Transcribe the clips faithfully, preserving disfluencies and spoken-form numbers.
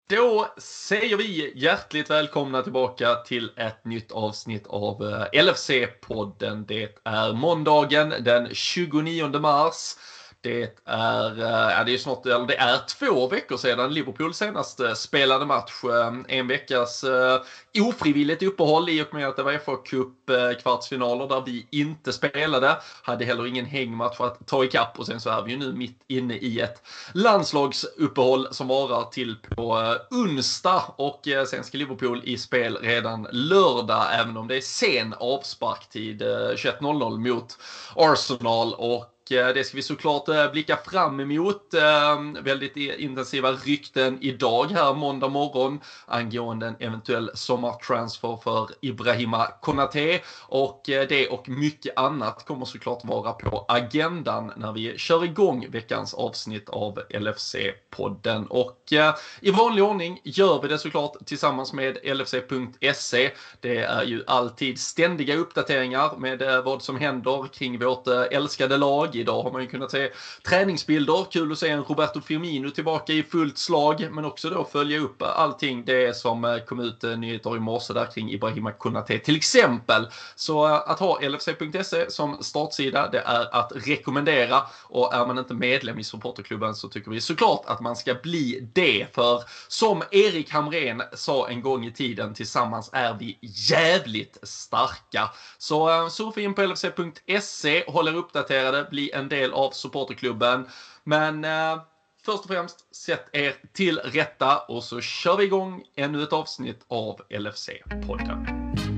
Då säger vi hjärtligt välkomna tillbaka till ett nytt avsnitt av L F C-podden. Det är måndagen den tjugonionde mars. Det är, ja, det är snart, eller det är två veckor sedan Liverpool senast spelade match. En veckas uh, ofrivilligt uppehåll i och med att det var F A Cup uh, kvartsfinaler där vi inte spelade. Hade heller ingen hängmatch att ta ikapp, och sen så är vi ju nu mitt inne i ett landslagsuppehåll som varar till på uh, onsdag, och uh, sen ska Liverpool i spel redan lördag, även om det är sen avsparktid uh, tjugoett noll noll mot Arsenal. Och det ska vi såklart blicka fram emot. Väldigt intensiva rykten idag här måndag morgon angående en eventuell sommartransfer för Ibrahima Konaté. Och det och mycket annat kommer såklart vara på agendan när vi kör igång veckans avsnitt av L F C-podden. Och i vanlig ordning gör vi det såklart tillsammans med L F C punkt se. Det är ju alltid ständiga uppdateringar med vad som händer kring vårt älskade lag. Idag har man ju kunnat se träningsbilder. Kul att se en Roberto Firmino tillbaka i fullt slag. Men också då följa upp allting det som kom ut nyheter i morse där kring Ibrahima Konaté till exempel. Så att ha L F C punkt se som startsida, det är att rekommendera. Och är man inte medlem i supporterklubben så tycker vi såklart att man ska bli det. För som Erik Hamrén sa en gång i tiden, tillsammans är vi jävligt starka. Så surfa in på L F C punkt se, håll er uppdaterade, bli en del av supporterklubben. Men eh, först och främst, sätt er till rätta och så kör vi igång ännu ett avsnitt av L F C-podden.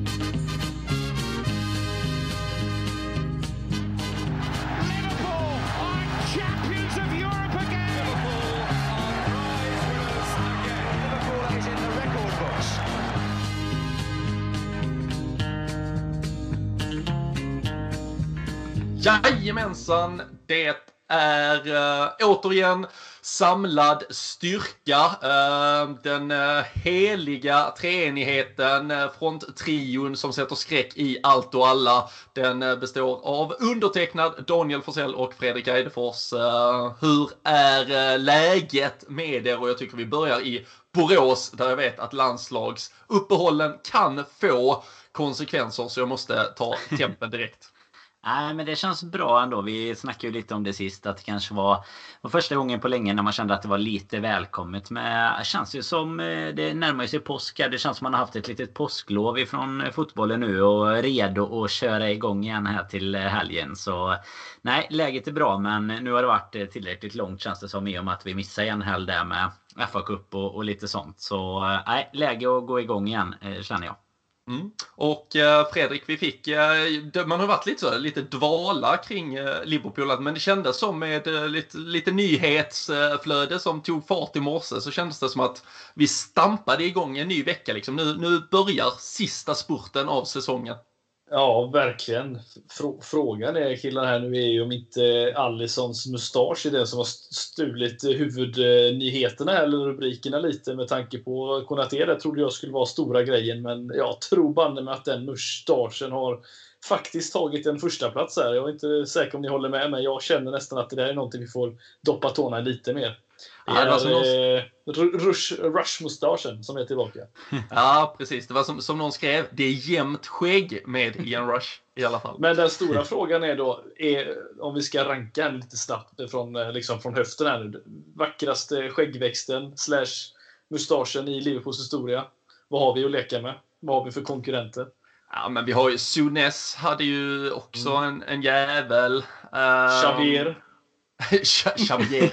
Jajamensan, det är uh, återigen samlad styrka. Uh, den uh, heliga treenigheten, uh, fronttrion som sätter skräck i allt och alla. Den uh, består av undertecknad Daniel Forsell och Fredrik Eidefors. Uh, hur är uh, läget med er? Och jag tycker vi börjar i Borås, där jag vet att landslagsuppehållen kan få konsekvenser, så jag måste ta tempen direkt. Nej, men det känns bra ändå. Vi snackade ju lite om det sist, att det kanske var, var första gången på länge när man kände att det var lite välkommet. Men det känns ju som det närmar sig påsk. Det känns som man har haft ett litet påsklov ifrån fotbollen nu och redo att köra igång igen här till helgen. Så nej, läget är bra, men nu har det varit tillräckligt långt, känns det som, i och med att vi missar en hel där med F A Cup och, och lite sånt. Så nej, läge att gå igång igen, känner jag. Mm. Och eh, Fredrik, vi fick eh, man har varit lite så lite dvala kring eh, Liverpool, men det kändes som med eh, lite, lite nyhetsflöde eh, som tog fart i morse, så kändes det som att vi stampade igång en ny vecka liksom. Nu, nu börjar sista spurten av säsongen. Ja, verkligen. Frå- frågan är, killar här nu, är ju om inte Alissons mustasch är det som har stulit huvudnyheterna eller rubrikerna lite, med tanke på Konaté. Det trodde jag skulle vara stora grejen, men jag tror banne med att den mustaschen har faktiskt tagit en första plats här. Jag är inte säker om ni håller med, men jag känner nästan att det där är någonting vi får doppa tårna lite mer. Det är ja, det någon... rush, rush-mustaschen som är tillbaka. Ja, precis. Det var som, som någon skrev, det är jämnt skägg med Ian Rush i alla fall. Men den stora frågan är då, är, om vi ska ranka en lite snabbt från, liksom från höften här nu. Vackraste skäggväxten slash mustaschen i Liverpools historia. Vad har vi att leka med? Vad har vi för konkurrenter? Ja, men vi har ju Sunes, hade ju också mm. en, en jävel. Um... Xavier. Xavier,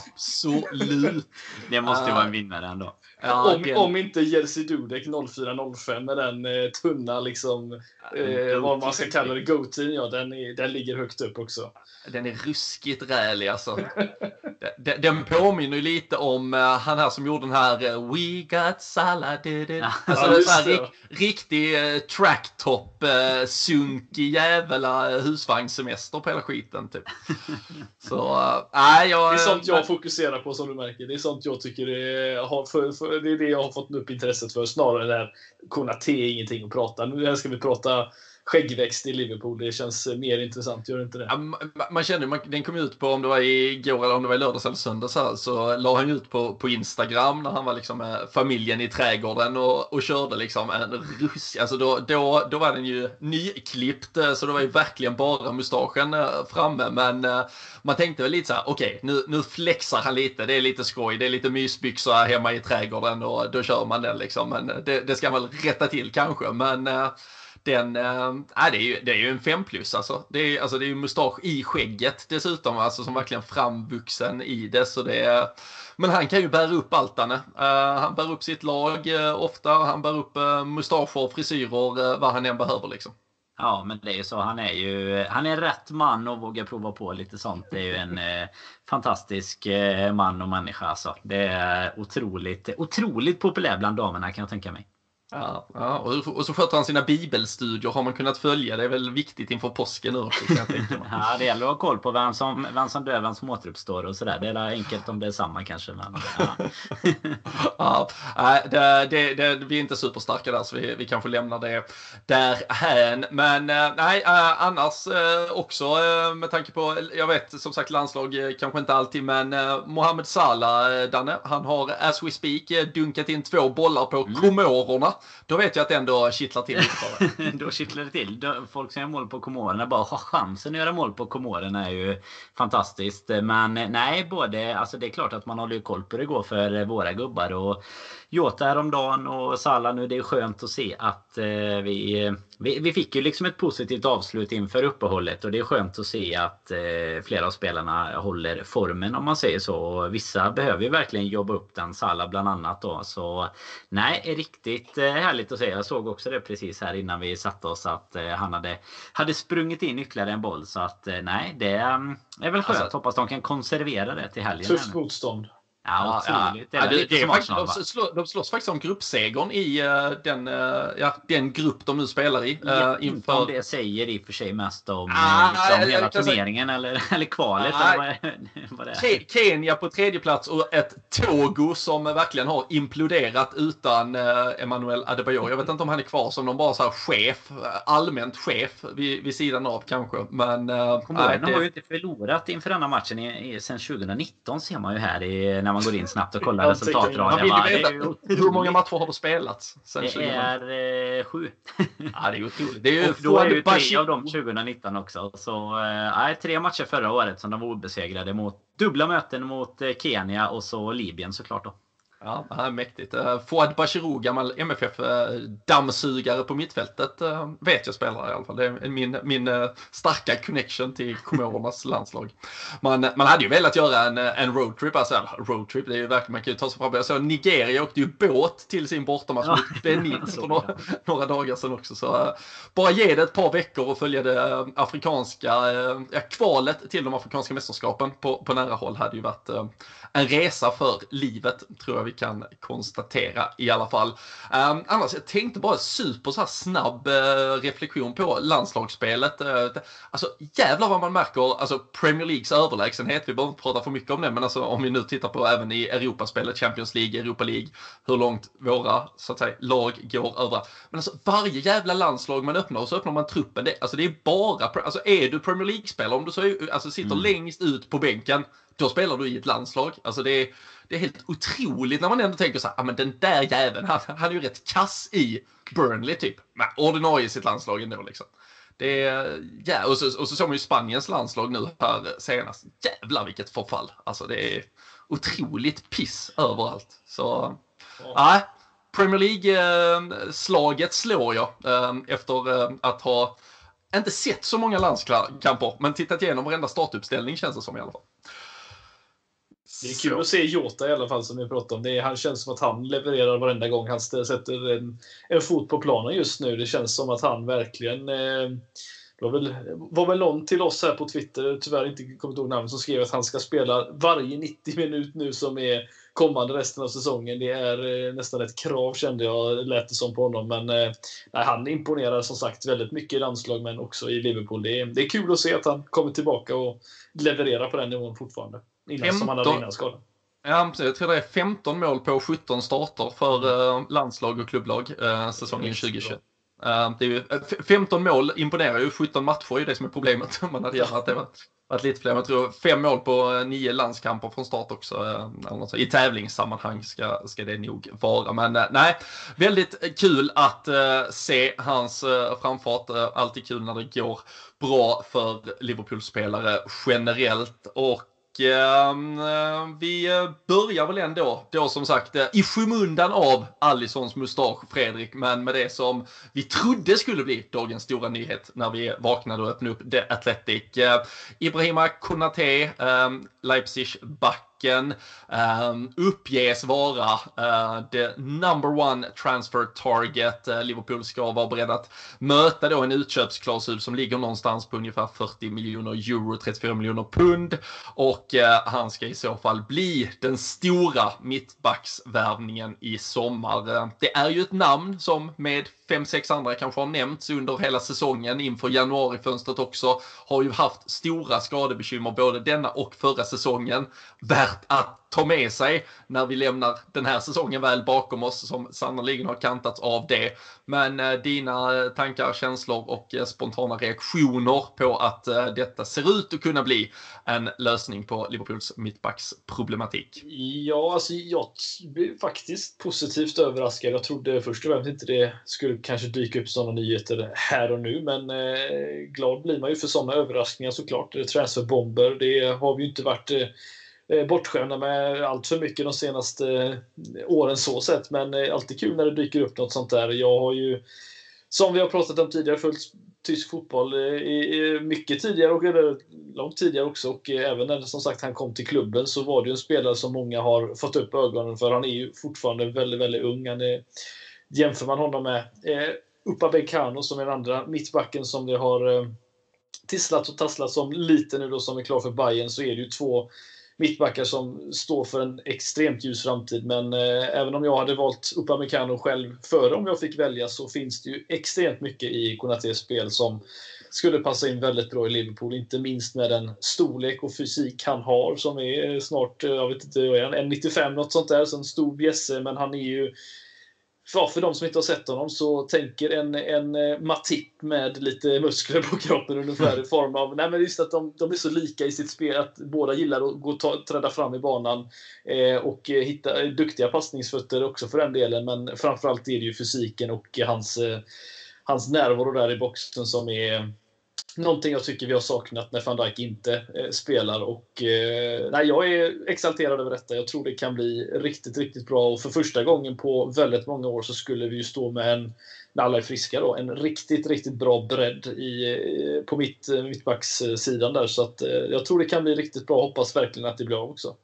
absolut. Det måste ju vara en vinnare ändå. Ja, om, den... om inte Jerzy Dudek noll fyra noll fem med den eh, tunna liksom, eh, vad man ska kalla det, go-team, ja, den, är, den ligger högt upp också. Den är ruskigt rälig alltså. den, den påminner ju lite om uh, han här som gjorde den här uh, We got salad. Ja. Alltså ja, här, rik, riktig uh, tracktop uh, sunkig jävla husvagnssemester på hela skiten typ. Så uh, äh, jag, det är sånt jag fokuserar på, som du märker. Det är sånt jag tycker är, har för, för, det är det jag har fått upp intresset för, snarare där Konaté är ingenting att prata. Nu ska vi prata skäggväxt i Liverpool. Det känns mer intressant, gör det inte det? Ja, man, man känner, man, den kom ut på, om det var igår eller om det var i lördags eller söndag så, här, så la han ut på, på Instagram när han var liksom med familjen i trädgården och, och körde liksom en russ. Alltså då, då, då var den ju nyklippt, så det var ju verkligen bara mustaschen framme. Men man tänkte väl lite så här: okej, okay, nu, nu flexar han lite, det är lite skoj, det är lite mysbyxor hemma i trädgården och då kör man den liksom. Men det, det ska man väl rätta till kanske, men den, äh, det, är ju, det är ju en fem plus alltså. Det är, alltså. Det är ju mustasch i skägget dessutom, alltså, som verkligen framvuxen i det. Så det är, men han kan ju bära upp allt han. Uh, han bär upp sitt lag uh, ofta. Han bär upp uh, mustascher, frisyrer, uh, vad han än behöver liksom. Ja, men det är ju så. Han är ju han är rätt man och vågar prova på lite sånt. Det är ju en eh, fantastisk eh, man och människa alltså. Det är otroligt, otroligt populär bland damerna, kan jag tänka mig. Ja, ja och, och så sköter han sina bibelstudier, har man kunnat följa. Det är väl viktigt inför påsken nu också, kan jag tänka mig. Ja, det gäller att ha koll på vem som, vem som dör, vem som återuppstår och sådär. Det är enkelt om det är samma kanske. Men, ja. ja, det, det, det, vi är inte superstarka där, så vi, vi kanske lämnar det där här. Men nej, annars också med tanke på, jag vet som sagt landslag kanske inte alltid, men Mohamed Salah, Danne, han har as we speak dunkat in två bollar på mm. Komorerna. Då vet jag att det ändå kittlar till lite för det. Då kittlar det till. Folk som gör mål på Komorerna bara har chansen att göra mål på Komorerna är ju fantastiskt. Men nej, både, alltså det är klart att man håller ju koll på det går för våra gubbar. Och Jota häromdagen och Salah nu, det är skönt att se att eh, vi, vi, vi fick ju liksom ett positivt avslut inför uppehållet. Och det är skönt att se att eh, flera av spelarna håller formen, om man säger så. Och vissa behöver ju verkligen jobba upp den, Salah bland annat då. Så nej, är riktigt eh, härligt att se. Jag såg också det precis här innan vi satte oss att eh, han hade, hade sprungit in ytterligare en boll. Så att eh, nej, det är, är väl skönt. Alltså, hoppas de kan konservera det till helgen. Tufft motstånd. Ja, otroligt. Ja, ja. Det, det är faktiskt, de, slår, de slåss faktiskt om gruppsegern i uh, den, uh, ja, den grupp de nu spelar i. Uh, ja, inför... Inte om det säger i och för sig mest om ah, liksom, hela turneringen säga... eller, eller kvalet. Ah, eller vad, vad det är. Kenya på tredje plats och ett Togo som verkligen har imploderat utan uh, Emmanuel Adebayor. Jag vet inte om han är kvar som någon bara så här chef, allmänt chef vid, vid sidan av kanske. Men uh, nej, det... har ju inte förlorat inför denna matchen i, i, sen tjugonitton, ser man ju här i, när man går in snabbt och kollar resultatraden. Hur många matcher har du spelat? Sen det tjugo? Är eh, sju. Ja, det är otroligt. Det är ju, och då är ju tre av dem tjugonitton också. Så eh, tre matcher förra året som de var obesegrade mot dubbla möten mot eh, Kenya och så Libyen såklart då. Ja, det här är mäktigt. Uh, Fouad Bachirou, gammal M F F-dammsugare uh, på mittfältet, uh, vet jag spelar i alla fall. Det är min, min uh, starka connection till Komorernas landslag. Man, man hade ju velat göra en, en roadtrip, alltså roadtrip, det är ju verkligen, man kan ju ta sig fram. Jag såg Nigeria åkte ju båt till sin bortamatch ja. mot Benin för några, några dagar sedan också. Så uh, bara ge det ett par veckor och följa det uh, afrikanska, uh, ja, kvalet till de afrikanska mästerskapen på, på nära håll hade ju varit uh, en resa för livet, tror jag vi kan konstatera i alla fall. Um, annars, jag tänkte bara super så här snabb uh, reflektion på landslagsspelet. Uh, alltså jävlar vad man märker alltså Premier Leagues överlägsenhet. Vi behöver inte prata för mycket om det, men alltså, om vi nu tittar på även i Europaspelet, Champions League, Europa League, hur långt våra så att säga, lag går över. Men alltså varje jävla landslag man öppnar och så öppnar man truppen. Det, alltså det är bara, alltså är du Premier League-spelare, om du så är, alltså, sitter mm. längst ut på bänken, då spelar du i ett landslag. Alltså det är, det är helt otroligt när man ändå tänker så här, ah, men den där jäveln, han, han är ju rätt kass i Burnley typ. Men ordinarie i sitt landslag ändå liksom. Det är, ja, och så, och så såg man ju Spaniens landslag nu här senast. Jävlar vilket förfall. Alltså det är otroligt piss överallt. Så, nej. Äh, Premier League-slaget slår jag äh, efter äh, att ha inte sett så många landskamper, men tittat igenom varenda startuppställning känns det som i alla fall. Det är kul så. Att se Jota i alla fall, som vi pratade om. Det är, han känns som att han levererar varenda gång han sätter en, en fot på planen just nu. Det känns som att han verkligen... Eh, det var väl, var väl någon till oss här på Twitter, tyvärr inte kommit ihåg namn, som skrev att han ska spela varje nittio minut nu som är kommande resten av säsongen. Det är eh, nästan ett krav, kände jag, lät det som på honom. Men eh, nej, han imponerar som sagt väldigt mycket i landslag, men också i Liverpool. Det är, det är kul att se att han kommer tillbaka och levererar på den nivån fortfarande. Innan femton som han hade innan skadan. Ja, jag tror det är femton mål på sjutton starter för eh, landslag och klubblag eh, säsongen tjugo tjugo. Uh, det är ju, femton mål imponerar ju, sjutton matcher är ju det som är problemet. Man hade gärna att det var varit lite fler, men jag tror fem mål på nio landskamper från start också. Uh, I tävlingssammanhang ska, ska det nog vara. Men uh, nej, väldigt kul att uh, se hans uh, framfart. Uh, alltid kul när det går bra för Liverpool-spelare generellt. Och Uh, vi börjar väl ändå då som sagt uh, i skymundan av Alissons mustasch, Fredrik, men med det som vi trodde skulle bli dagens stora nyhet när vi vaknade och öppnade upp The Athletic. Uh, Ibrahima Konate, um, Leipzig-backen, um, uppges vara uh, the number one transfer target. Uh, Liverpool ska vara beredd att möta då en utköpsklausul som ligger någonstans på ungefär fyrtio miljoner euro, trettiofyra miljoner pund, och uh, han ska i så fall bli den stora mittbacksvärvningen i sommar. Uh, det är ju ett namn som med fem, sex andra kanske har nämnts under hela säsongen inför januarifönstret också, har ju haft stora skadebekymmer både denna och förra säsongen. Värt att ta med sig när vi lämnar den här säsongen väl bakom oss, som sannoliken har kantats av det. Men eh, dina tankar, känslor och eh, spontana reaktioner på att eh, detta ser ut att kunna bli en lösning på Liverpools mittbacksproblematik? Ja, alltså jag blev faktiskt positivt överraskad. Jag trodde först och främst inte det skulle kanske dyka upp sådana nyheter här och nu, men eh, glad blir man ju för sådana överraskningar såklart. Transferbomber, det har vi ju inte varit eh, bortskämda med allt för mycket de senaste åren så sett, men alltid kul när det dyker upp något sånt där. Jag har ju, som vi har pratat om tidigare, följt tysk fotboll i, i mycket tidigare och långt tidigare också, och även när som sagt han kom till klubben så var det ju en spelare som många har fått upp ögonen för. Han är ju fortfarande väldigt, väldigt ung. Han är, jämför man honom med eh, Upamecano som är den andra mittbacken som det har eh, tisslat och tasslat som lite nu då, som är klar för Bayern, så är det ju två mittbackar som står för en extremt ljus framtid. Men eh, även om jag hade valt Upamecano själv före om jag fick välja, så finns det ju extremt mycket i Konatés spel som skulle passa in väldigt bra i Liverpool. Inte minst med den storlek och fysik han har, som är snart, jag vet inte, en nittiofem något sånt där, så en stor bjässe, men han är ju, för, för de som inte har sett honom, så tänker en, en Matip med lite muskler på kroppen ungefär, i form av, nej men just att de, de är så lika i sitt spel att båda gillar att gå ta, träda fram i banan eh, och hitta duktiga passningsfötter också för den delen, men framförallt är det ju fysiken och hans, eh, hans närvaro där i boxen som är någonting jag tycker vi har saknat när Van Dijk inte eh, spelar. Och eh, nej, jag är exalterad över detta. Jag tror det kan bli riktigt, riktigt bra. Och för första gången på väldigt många år så skulle vi ju stå med en, när alla är friska då, en riktigt, riktigt bra bredd i, på mitt, mittbackssidan där. Så att eh, jag tror det kan bli riktigt bra. Hoppas verkligen att det blir av också.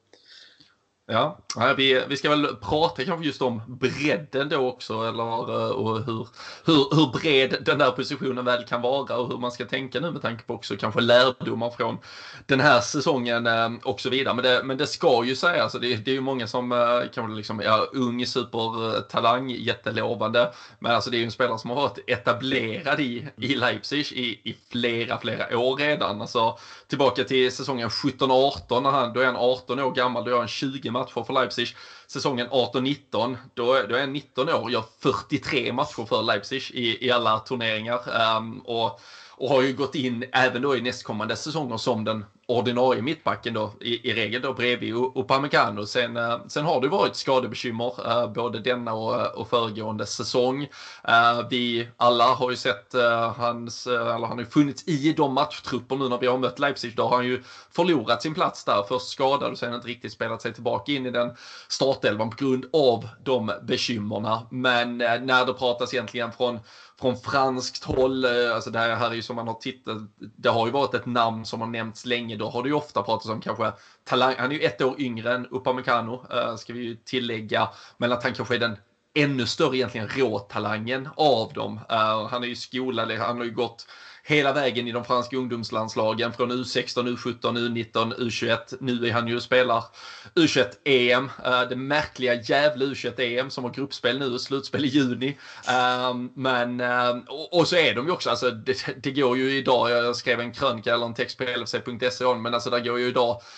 Ja, vi, vi ska väl prata kanske just om bredden då också, eller och hur, hur, hur bred den där positionen väl kan vara och hur man ska tänka nu med tanke på också kanske lärdomar från den här säsongen och så vidare. Men det, men det ska ju sägas, alltså det, det är ju många som kanske liksom är ja, ung, supertalang, jättelovande, men alltså det är ju en spelare som har varit etablerad i, i Leipzig i, i flera, flera år redan. Alltså tillbaka till säsongen sjutton arton, när han, då är han arton år gammal, då är han tjugo matcher för Leipzig. Säsongen arton nitton, då, då är han nitton år, gör fyrtiotre matcher för Leipzig i, i alla turneringar. Um, och, och har ju gått in även då i nästkommande säsonger som den ordinarie mittbacken då, i, i regel då bredvid Upamecano. Sen, uh, sen har det varit skadebekymmer uh, både denna och, och föregående säsong. Uh, vi alla har ju sett uh, hans, uh, eller han har ju funnits i de matchtrupper nu när vi har mött Leipzig. Då har han ju förlorat sin plats där, först skadad och sen inte riktigt spelat sig tillbaka in i den startelvan på grund av de bekymmerna. Men uh, när det pratas egentligen från Från franskt håll, alltså det här är ju som man har tittat, det har ju varit ett namn som har nämnts länge, då har det ju ofta pratats om kanske talang, han är ju ett år yngre än Upamecano, ska vi ju tillägga, men att han kanske är den ännu större egentligen råtalangen av dem. Han är ju skolad, han har ju gått hela vägen i de franska ungdomslandslagen från U sexton, U sjutton, U nitton, U tjugoett. Nu är han ju spelar U tjugoett E M. Uh, det märkliga jävla U tjugoett E M som har gruppspel nu och slutspel i juni. Uh, men, uh, och, och så är de ju också, alltså det, det går ju idag, jag skrev en krönika eller en text på L F C punkt se, men alltså det går ju idag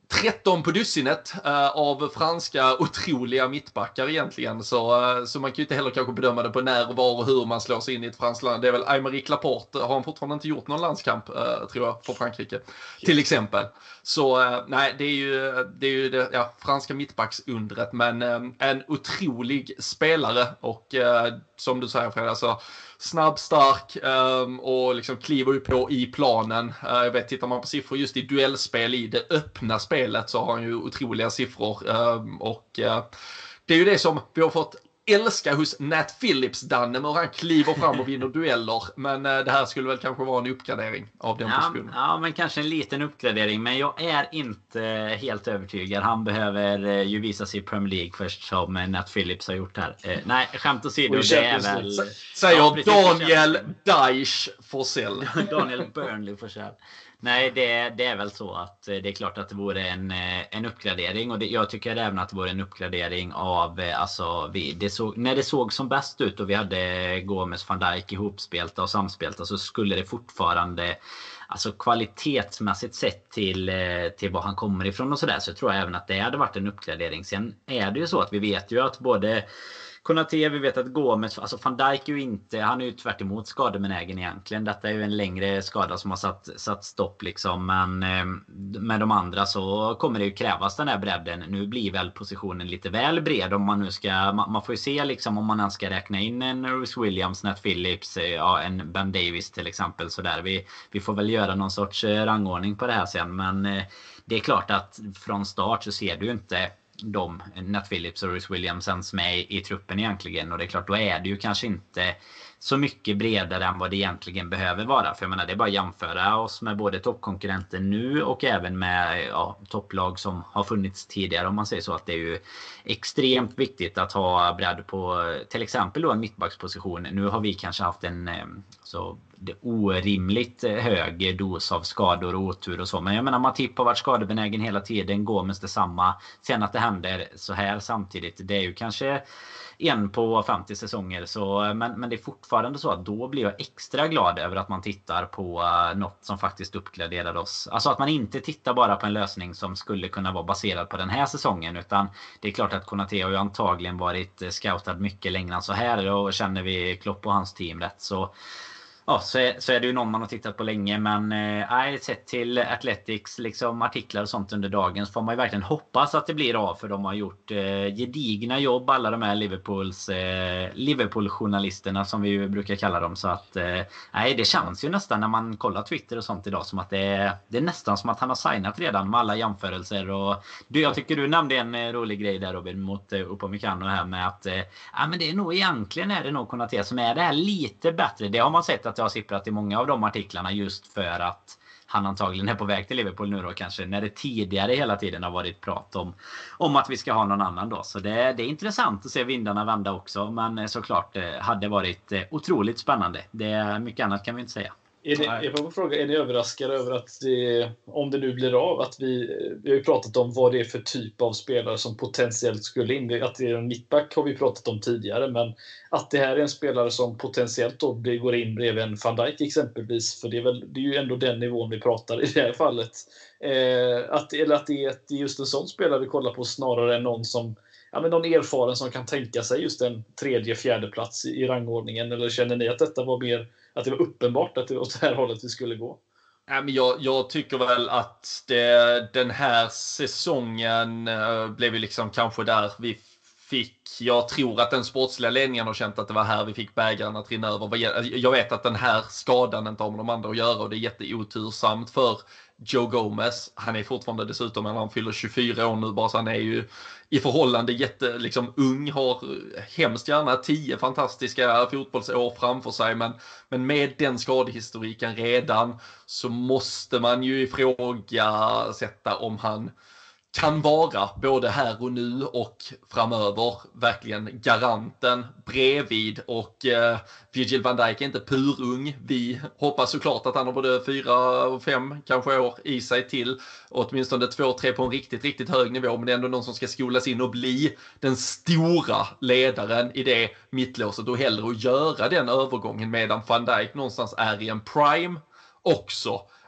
tretton på dussinet uh, av franska otroliga mittbackar egentligen. Så, uh, så man kan ju inte heller kanske bedöma det på när, var och hur man slår sig in i ett franskt land. Det är väl Aymeric Laporte, har han fortfarande inte gjort någon landskamp uh, tror jag, för Frankrike. Till exempel. Så uh, nej, det är ju det, är ju det ja, franska mittbacksundret, men uh, en otrolig spelare och uh, som du säger Fred, alltså snabb, stark um, och liksom kliver ju på i planen. Uh, jag vet, tittar man på siffror just i duellspel, i det öppna spelet, så har han ju otroliga siffror. Um, och uh, det är ju det som vi har fått älska hos Nat Phillips, Danne, och han kliver fram och vinner dueller. Men uh, det här skulle väl kanske vara en uppgradering av den ja, positionen. Ja, men kanske en liten uppgradering. Men jag är inte helt övertygad. Han behöver uh, ju visa sig i Premier League först, som uh, Nat Phillips har gjort här. Uh, nej, skämt åsido, det är väl... Säger ja, Daniel Dyche Forsell. Daniel Burnley Forsell. Nej, det, det är väl så att det är klart att det vore en, en uppgradering. Och det, jag tycker även att det vore en uppgradering av... Alltså, vi, det såg, när det såg som bäst ut och vi hade Gomes, Van Dijk ihopspelta och samspelta, så skulle det fortfarande... Alltså kvalitetsmässigt sett till, till var han kommer ifrån och sådär, så jag tror jag även att det hade varit en uppgradering. Sen är det ju så att vi vet ju att både... Konaté, vi vet att Gomes, alltså Van Dijk är ju inte, han är ju tvärt emot skadebenägen egentligen. Detta är ju en längre skada som har satt, satt stopp liksom. Men eh, med de andra så kommer det ju krävas den här bredden. Nu blir väl positionen lite väl bred om man nu ska, man, man får ju se liksom om man ens ska räkna in en Rhys Williams, Nat Phillips, ja, en Ben Davis till exempel. Så där. Vi, vi får väl göra någon sorts rangordning på det här sen. Men eh, det är klart att från start så ser du ju inte de, Nat Phillips och Rhys Williams ens med i, i truppen egentligen. Och det är klart, då är det ju kanske inte så mycket bredare än vad det egentligen behöver vara. För jag menar, det är bara att jämföra oss med både toppkonkurrenter nu och även med ja, topplag som har funnits tidigare. Om man säger så, att det är ju extremt viktigt att ha bredd på till exempel då en mittbacksposition. Nu har vi kanske haft en så det orimligt hög dos av skador och otur och så. Men jag menar, Matip har varit skadebenägen hela tiden. Gomes detsamma. Sen att det händer så här samtidigt, det är ju kanske en på femtio säsonger. Så, men, men det är fortfarande så att då blir jag extra glad över att man tittar på uh, något som faktiskt uppgraderar oss. Alltså att man inte tittar bara på en lösning som skulle kunna vara baserad på den här säsongen. Utan det är klart att Konaté har ju antagligen varit scoutad mycket längre än så här. Och känner vi Klopp och hans team rätt, så... Ja, så är, så är det ju någon man har tittat på länge. Men eh, sett till Athletics liksom, artiklar och sånt under dagen, så får man ju verkligen hoppas att det blir av. För de har gjort eh, gedigna jobb, alla de här Liverpools eh, Liverpool-journalisterna som vi ju brukar kalla dem. Så att eh, nej, det känns ju nästan när man kollar Twitter och sånt idag som att det, det är nästan som att han har signat redan med alla jämförelser. Och du, jag tycker du nämnde en eh, rolig grej där, Robin, mot eh, Upamecano här med att eh, ja, men det är nog egentligen är det nog Konaté som är det här lite bättre. Det har man sett att det har sipprat i många av de artiklarna, just för att han antagligen är på väg till Liverpool nu då, kanske, när det tidigare hela tiden har varit prat om, om att vi ska ha någon annan då. Så det, det är intressant att se vindarna vända också, men såklart det hade varit otroligt spännande. Det, mycket annat kan vi inte säga. Är, det, är, på fråga, är ni överraskade över att det, om det nu blir av, att vi, vi har ju pratat om vad det är för typ av spelare som potentiellt skulle in. Att det är en mittback har vi pratat om tidigare, men att det här är en spelare som potentiellt då går in bredvid en Van Dijk exempelvis, för det är, väl, det är ju ändå den nivån vi pratar i det här fallet. Eh, att, eller att det är, det är just en sån spelare vi kollar på snarare än någon som ja, men någon erfaren som kan tänka sig just en tredje, fjärde plats i, i rangordningen. Eller känner ni att detta var mer, att det var uppenbart att det var åt det här hållet vi skulle gå? Ja, men jag, jag tycker väl att det, den här säsongen äh, blev ju liksom kanske där vi fick, jag tror att den sportsliga ledningen har känt att det var här vi fick bägaren att rinna över. Jag vet att den här skadan inte har med de andra att göra, och det är jätteotursamt för Joe Gomez. Han är fortfarande dessutom, när han fyller tjugofyra år nu bara, så han är ju i förhållande jätte liksom ung, har hemskt gärna tio fantastiska fotbollsår framför sig, men, men med den skadehistoriken redan så måste man ju ifrågasätta om han kan vara både här och nu och framöver verkligen garanten bredvid. Och eh, Virgil van Dijk är inte purung. Vi hoppas såklart att han har både fyra och fem kanske år i sig till, och åtminstone två, tre på en riktigt, riktigt hög nivå. Men det är ändå någon som ska skolas in och bli den stora ledaren i det mittlåset, och hellre att göra den övergången medan van Dijk någonstans är i en prime också,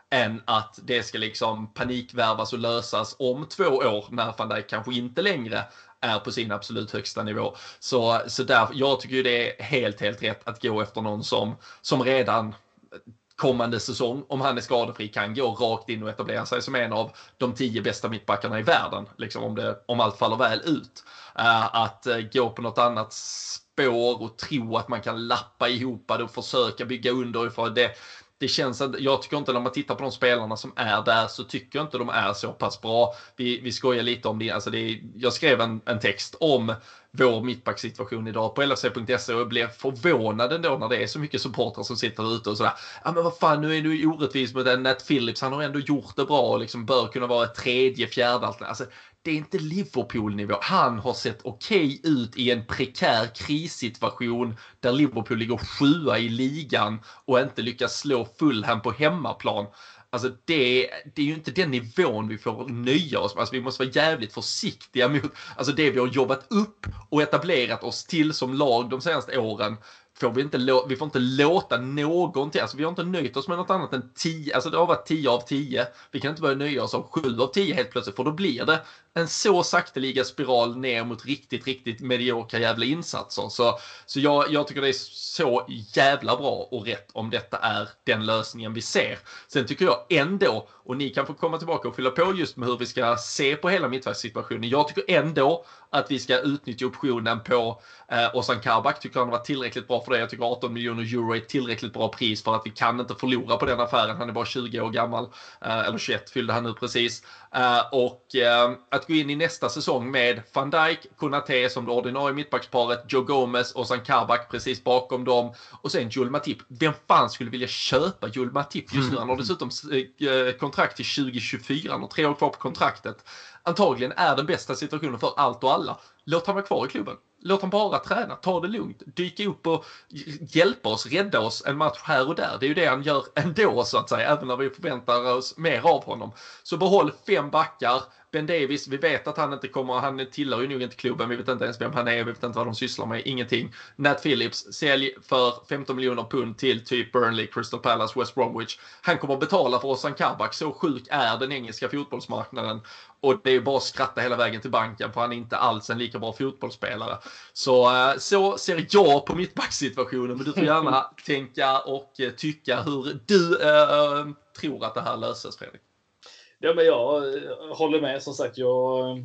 än att det ska liksom panikvärvas och lösas om två år när Van Dijk kanske inte längre är på sin absolut högsta nivå. Så, så där, jag tycker ju det är helt, helt rätt att gå efter någon som, som redan kommande säsong, om han är skadefri, kan gå rakt in och etablera sig som en av de tio bästa mittbackarna i världen, liksom om, det, om allt faller väl ut. Uh, att uh, gå på något annat spår och tro att man kan lappa ihop det och försöka bygga underifrån det. Det känns att, jag tycker inte när man tittar på de spelarna som är där så tycker jag inte de är så pass bra. Vi, vi skojar lite om det. Alltså det är, jag skrev en, en text om vår mittbacksituation idag på L F C punkt se och jag blev förvånad ändå när det är så mycket supportrar som sitter ute och sådär. Ja men vad fan, nu är du orättvis med den Nat Phillips. Han har ändå gjort det bra och liksom bör kunna vara ett tredje, fjärde alternativ. Alltså det är inte Liverpool-nivå. Han har sett okej ut i en prekär krissituation där Liverpool ligger sjua i ligan och inte lyckas slå Fulham på hemmaplan. Alltså det, det är ju inte den nivån vi får nöja oss med. Alltså vi måste vara jävligt försiktiga mot alltså det vi har jobbat upp och etablerat oss till som lag de senaste åren. Får vi, inte, vi får inte låta någonting, alltså vi har inte nöjt oss med något annat än tio, alltså det har varit tio av tio. Vi kan inte börja nöja oss av sju av tio helt plötsligt, för då blir det en så sakteliga spiral ner mot riktigt, riktigt mediokra jävla insatser. Så, så jag, jag tycker det är så jävla bra och rätt om detta är den lösningen vi ser. Sen tycker jag ändå, och ni kan få komma tillbaka och fylla på just med hur vi ska se på hela mittbackssituationen. Jag tycker ändå att vi ska utnyttja optionen på eh, Ozan Kabak. Tycker han var tillräckligt bra för det. Jag tycker arton miljoner euro är ett tillräckligt bra pris för att vi kan inte förlora på den affären. Han är bara tjugo år gammal, eh, eller tjugoett fyllde han nu precis. Eh, och eh, att gå in i nästa säsong med Van Dijk, Konaté som det ordinarie mittbacksparet, Joe Gomez och Ozan Kabak precis bakom dem. Och sen Joel Matip. Vem fan skulle vilja köpa Joel Matip just nu? Han har dessutom eh, kontrakt till tjugo tjugofyra. Han har tre år kvar på kontraktet. Antagligen är den bästa situationen för allt och alla. Låt han vara kvar i klubben. Låt han bara träna, ta det lugnt, dyka upp och hjälpa oss, rädda oss en match här och där. Det är ju det han gör ändå så att säga, även när vi förväntar oss mer av honom. Så behåll fem backar. Ben Davis, vi vet att han inte kommer, han tillhör ju nog inte klubben, vi vet inte ens vem han är, vi vet inte vad de sysslar med, ingenting. Nat Phillips, sälj för femton miljoner pund till typ Burnley, Crystal Palace, West Bromwich. Han kommer att betala för Ozan Kabak, så sjuk är den engelska fotbollsmarknaden. Och det är ju bara att skratta hela vägen till banken, för han är inte alls en lika bra fotbollsspelare. Så, så ser jag på mittbacksituationen, men du får gärna tänka och tycka hur du äh, tror att det här löses, Fredrik. Ja, men jag håller med. Som sagt, jag,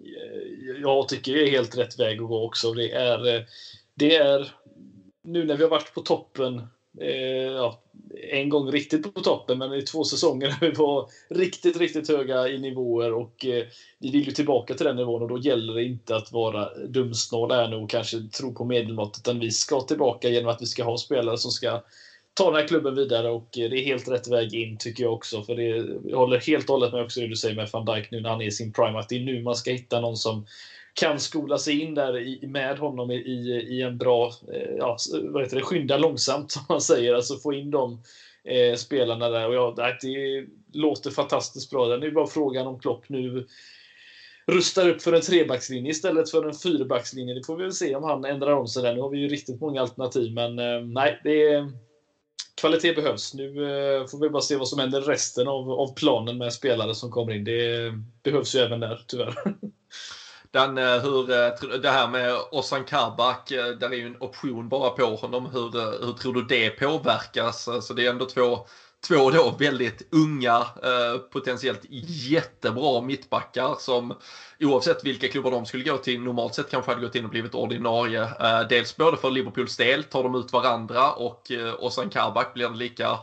jag tycker det är helt rätt väg att gå också. Det är, det är nu när vi har varit på toppen, eh, ja, en gång riktigt på toppen, men i två säsonger när vi var riktigt, riktigt höga i nivåer och eh, vi vill ju tillbaka till den nivån, och då gäller det inte att vara dumsnål här nu och kanske tro på medelmåttet, utan vi ska tillbaka genom att vi ska ha spelare som ska ta den här klubben vidare, och det är helt rätt väg in tycker jag också, för det, jag håller helt och hållet med också det du säger med Van Dijk nu när han är i sin prime, att det är nu man ska hitta någon som kan skola sig in där i, med honom i, i en bra, ja, vad heter det, skynda långsamt som man säger, alltså få in de eh, spelarna där, och ja, det låter fantastiskt bra. Det är ju bara frågan om Klopp nu rustar upp för en trebackslinje istället för en fyrabackslinje. Det får vi väl se om han ändrar om sig där. Nu har vi ju riktigt många alternativ, men eh, nej, det är kvalitet behövs. Nu eh, får vi bara se vad som händer resten av, av planen med spelare som kommer in. Det behövs ju även där, tyvärr. Den, hur, det här med Ozan Kabak, där är ju en option bara på honom. Hur, hur tror du det påverkas? Alltså det är ändå två, två då väldigt unga, potentiellt jättebra mittbackar som oavsett vilka klubbar de skulle gå till normalt sett kanske hade gått in och blivit ordinarie. Dels både för Liverpools del tar de ut varandra, och Ozan Kabak blir en lika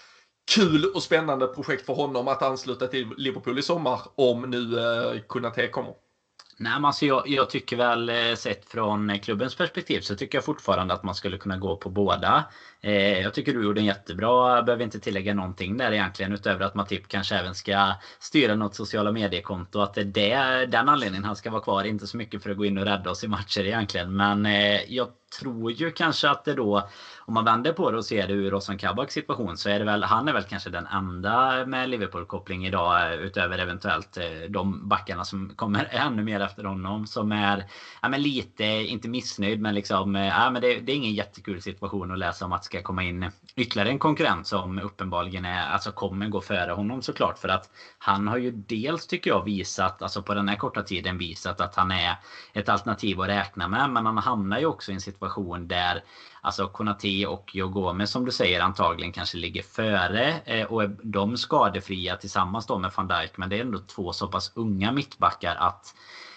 kul och spännande projekt för honom att ansluta till Liverpool i sommar om nu Konaté kommer. Nej, men alltså jag, jag tycker väl sett från klubbens perspektiv så tycker jag fortfarande att man skulle kunna gå på båda. Eh, jag tycker du gjorde en jättebra, behöver inte tillägga någonting där egentligen utöver att Matip kanske även ska styra något sociala mediekonto. Att det är den anledningen han ska vara kvar, inte så mycket för att gå in och rädda oss i matcher egentligen. Men eh, jag tror ju kanske att det då, om man vänder på det och ser det ur Ozan Kabaks situation, så är det väl, han är väl kanske den enda med Liverpool-koppling idag, utöver eventuellt de backarna som kommer ännu mer efter honom, som är ja, men lite, inte missnöjd, men liksom, ja, men det, det är ingen jättekul situation att läsa om att ska komma in ytterligare en konkurrent som uppenbarligen är, alltså kommer gå före honom såklart, för att han har ju dels, tycker jag, visat, alltså på den här korta tiden visat att han är ett alternativ att räkna med, men han hamnar ju också i en situation där alltså Konate och Joe Gomez, som du säger, antagligen kanske ligger före eh, och är de skadefria tillsammans då med Van Dijk, men det är ändå två så pass unga mittbackar att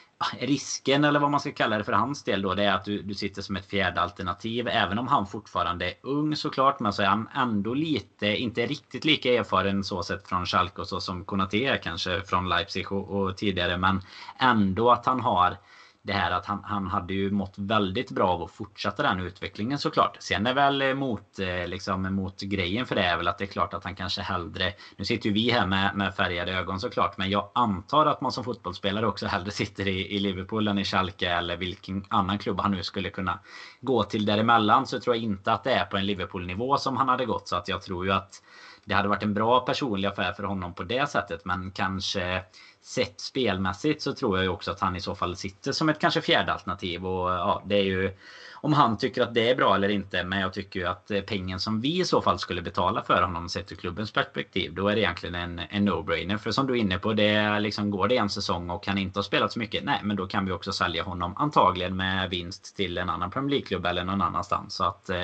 risken, eller vad man ska kalla det för hans del då, det är att du, du sitter som ett fjärde alternativ, även om han fortfarande är ung såklart, men så är han ändå lite, inte riktigt lika erfaren så sett från Schalke och så som Konate är kanske från Leipzig och, och tidigare, men ändå att han har det här att han, han hade ju mått väldigt bra av att fortsätta den utvecklingen såklart. Sen är väl mot, liksom, mot grejen för det är väl att det är klart att han kanske hellre, nu sitter ju vi här med, med färgade ögon såklart, men jag antar att man som fotbollsspelare också hellre sitter i, i Liverpool än i Schalke eller vilken annan klubb han nu skulle kunna gå till däremellan, så tror jag inte att det är på en Liverpool-nivå som han hade gått, så att jag tror ju att det hade varit en bra personlig affär för honom på det sättet, men kanske sett spelmässigt så tror jag ju också att han i så fall sitter som ett kanske fjärde alternativ, och ja, det är ju om han tycker att det är bra eller inte, men jag tycker ju att pengen som vi i så fall skulle betala för honom sett ur klubbens perspektiv, då är det egentligen en, en no-brainer, för som du är inne på, det liksom, går det en säsong och han inte har spelat så mycket, nej, men då kan vi också sälja honom antagligen med vinst till en annan Premier League-klubb eller någon annanstans, så att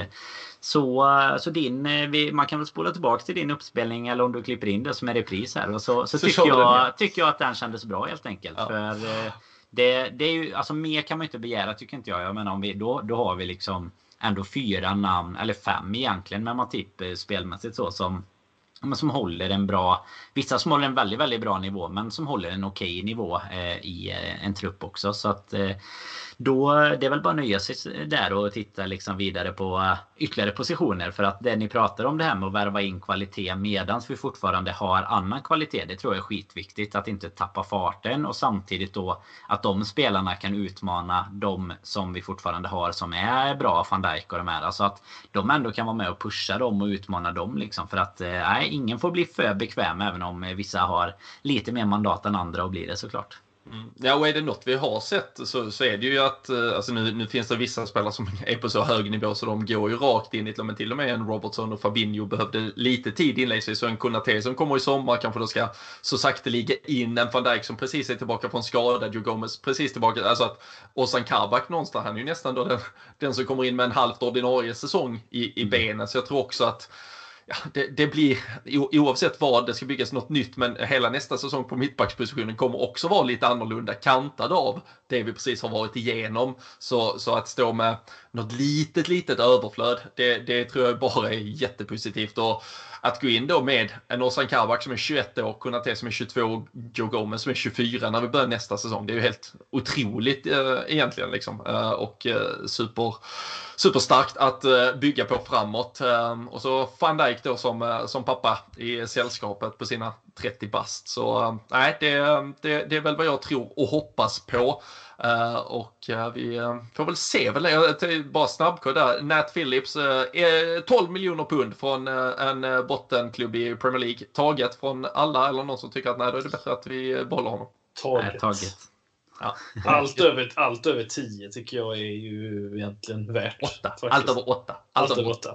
så, så din, man kan väl spola tillbaka till din uppspelning eller om du klipper in det som är repris här, och så, så, så tycker, jag, tycker jag att den kändes bra helt enkelt, ja. För det, det är ju, alltså mer kan man inte begära tycker inte jag, jag menar om vi, då, då har vi liksom ändå fyra namn, eller fem egentligen, men man typ spelmässigt så som som håller en bra, vissa som håller en väldigt, väldigt bra nivå, men som håller en okej nivå eh, i eh, en trupp också, så att eh, då, det är väl bara nöja sig där och titta liksom vidare på uh, ytterligare positioner, för att det ni pratar om det här med att värva in kvalitet medans vi fortfarande har annan kvalitet, det tror jag är skitviktigt, att inte tappa farten, och samtidigt då att de spelarna kan utmana de som vi fortfarande har som är bra, Van Dijk och de här, alltså att de ändå kan vara med och pusha dem och utmana dem liksom, för att nej, uh, ingen får bli för bekväm, även om vissa har lite mer mandat än andra och blir det såklart. Mm. Ja, och är det något vi har sett så, så är det ju att alltså nu, nu finns det vissa spelare som är på så hög nivå så de går ju rakt in i, men till och med en Robertson och Fabinho behövde lite tid inlägg sig, så en Konate som kommer i sommar kanske då ska så sakta ligga in, en Van Dijk som precis är tillbaka från skada, Joe Gomez precis tillbaka, alltså att Ozan Kabak någonstans, han är ju nästan då den, den som kommer in med en halvt ordinarie säsong i, i benen, så jag tror också att ja, det, det blir, oavsett vad, det ska byggas något nytt, men hela nästa säsong på mittbackspositionen kommer också vara lite annorlunda, kantad av det vi precis har varit igenom, så, så att stå med något litet, litet överflöd, det, det tror jag bara är jättepositivt, och att gå in då med en Ozan Kabak som är tjugoett år, Konate som är tjugotvå och Joe Gomez som är tjugofyra när vi börjar nästa säsong, det är ju helt otroligt äh, egentligen liksom, äh, och äh, super superstarkt att uh, bygga på framåt. Uh, och så Van Dijk då som, uh, som pappa i sällskapet på sina trettio bast. Så uh, nej, det, det, det är väl vad jag tror och hoppas på. Uh, och uh, vi uh, får väl se. Väl, uh, bara snabbkod där. Nat Phillips, uh, tolv miljoner pund från uh, en uh, bottenklubb i Premier League. Taget från alla, eller någon som tycker att nej, då är det bättre att vi behåller honom. Taget. Nej, taget. Ja. Allt, över, allt över tio tycker jag är ju egentligen värt. Åtta. Allt över åtta. Allt, allt över åtta.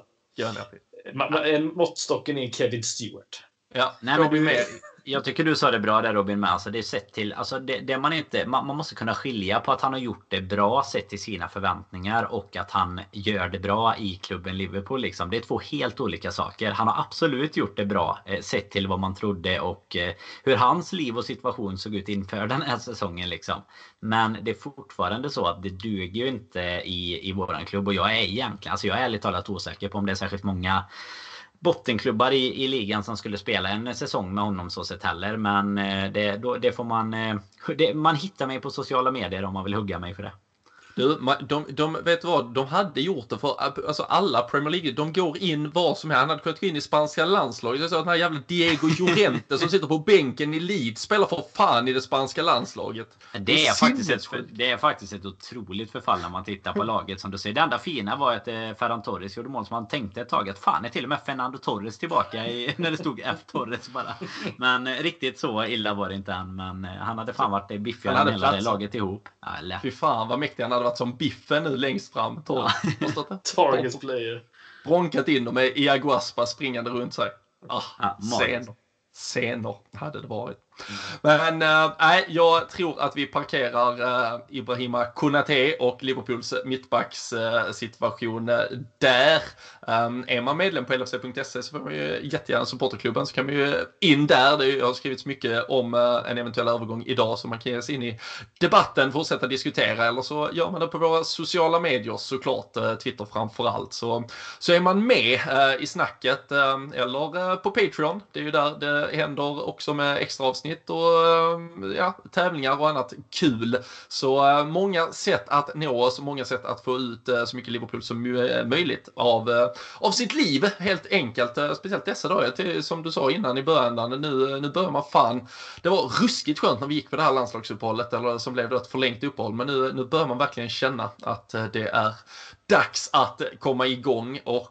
åtta. En måttstocken är Kevin Stewart. Ja, nej, men du, jag tycker du sa det bra där Robin med. Alltså det är sett till, alltså det, det man inte, man, man måste kunna skilja på att han har gjort det bra sett till sina förväntningar och att han gör det bra i klubben Liverpool liksom. Det är två helt olika saker. Han har absolut gjort det bra eh, sett till vad man trodde och eh, hur hans liv och situation såg ut inför den här säsongen liksom. Men det är fortfarande så att det duger ju inte i, i våran klubb, och jag är egentligen, alltså jag är ärligt talat osäker på om det är särskilt många bottenklubbar i, i ligan som skulle spela en säsong med honom så sett heller. Men det, då, det får man det, man hittar mig på sociala medier om man vill hugga mig för det. Du, de, de, vet du vad, de hade gjort det för alltså alla Premier League, de går in var som helst. Han hade kunnat gå in i spanska landslaget. Jag sa att den här jävla Diego Llorente som sitter på bänken i Leeds spelar för fan i det spanska landslaget. Det är, det är, faktiskt, ett, det är faktiskt ett otroligt förfall när man tittar på laget som du säger. Det enda fina var att eh, Ferran Torres gjorde mål som man tänkte ett tag att fan är till och med Fernando Torres tillbaka i, när det stod F Torres bara. Men eh, riktigt så illa var det inte än. Men eh, han hade fan varit biffigare än hela det laget ihop. Ja, fy fan vad mäktig han hade varit som Biffen nu längst fram. Ja. Target player. Bronkat in dem med Iago Aspas springande runt sig. Ah, ja, scener. Scener hade det varit. Men nej, äh, jag tror att vi parkerar äh, Ibrahima Konate och Liverpools mittbacks äh, situation äh, där. Um, är man medlem på L F C punkt se så får man ju jättegärna supporterklubben, så kan man ju in där. Det har skrivits mycket om äh, en eventuell övergång idag, så man kan ge sig in i debatten, fortsätta diskutera, eller så gör man det på våra sociala medier såklart, äh, Twitter framförallt. Så, så är man med äh, i snacket äh, eller äh, på Patreon. Det är ju där det händer också med extra avsnitt och ja, tävlingar och annat kul. Så äh, många sätt att nå oss, många sätt att få ut äh, så mycket Liverpool som äh, möjligt av, äh, av sitt liv, helt enkelt. Äh, speciellt dessa dagar, till, som du sa innan i början, nu, nu börjar man fan. Det var ruskigt skönt när vi gick på det här landslagsuppehållet, eller som blev det ett förlängt uppehåll, men nu, nu börjar man verkligen känna att äh, det är dags att komma igång. Och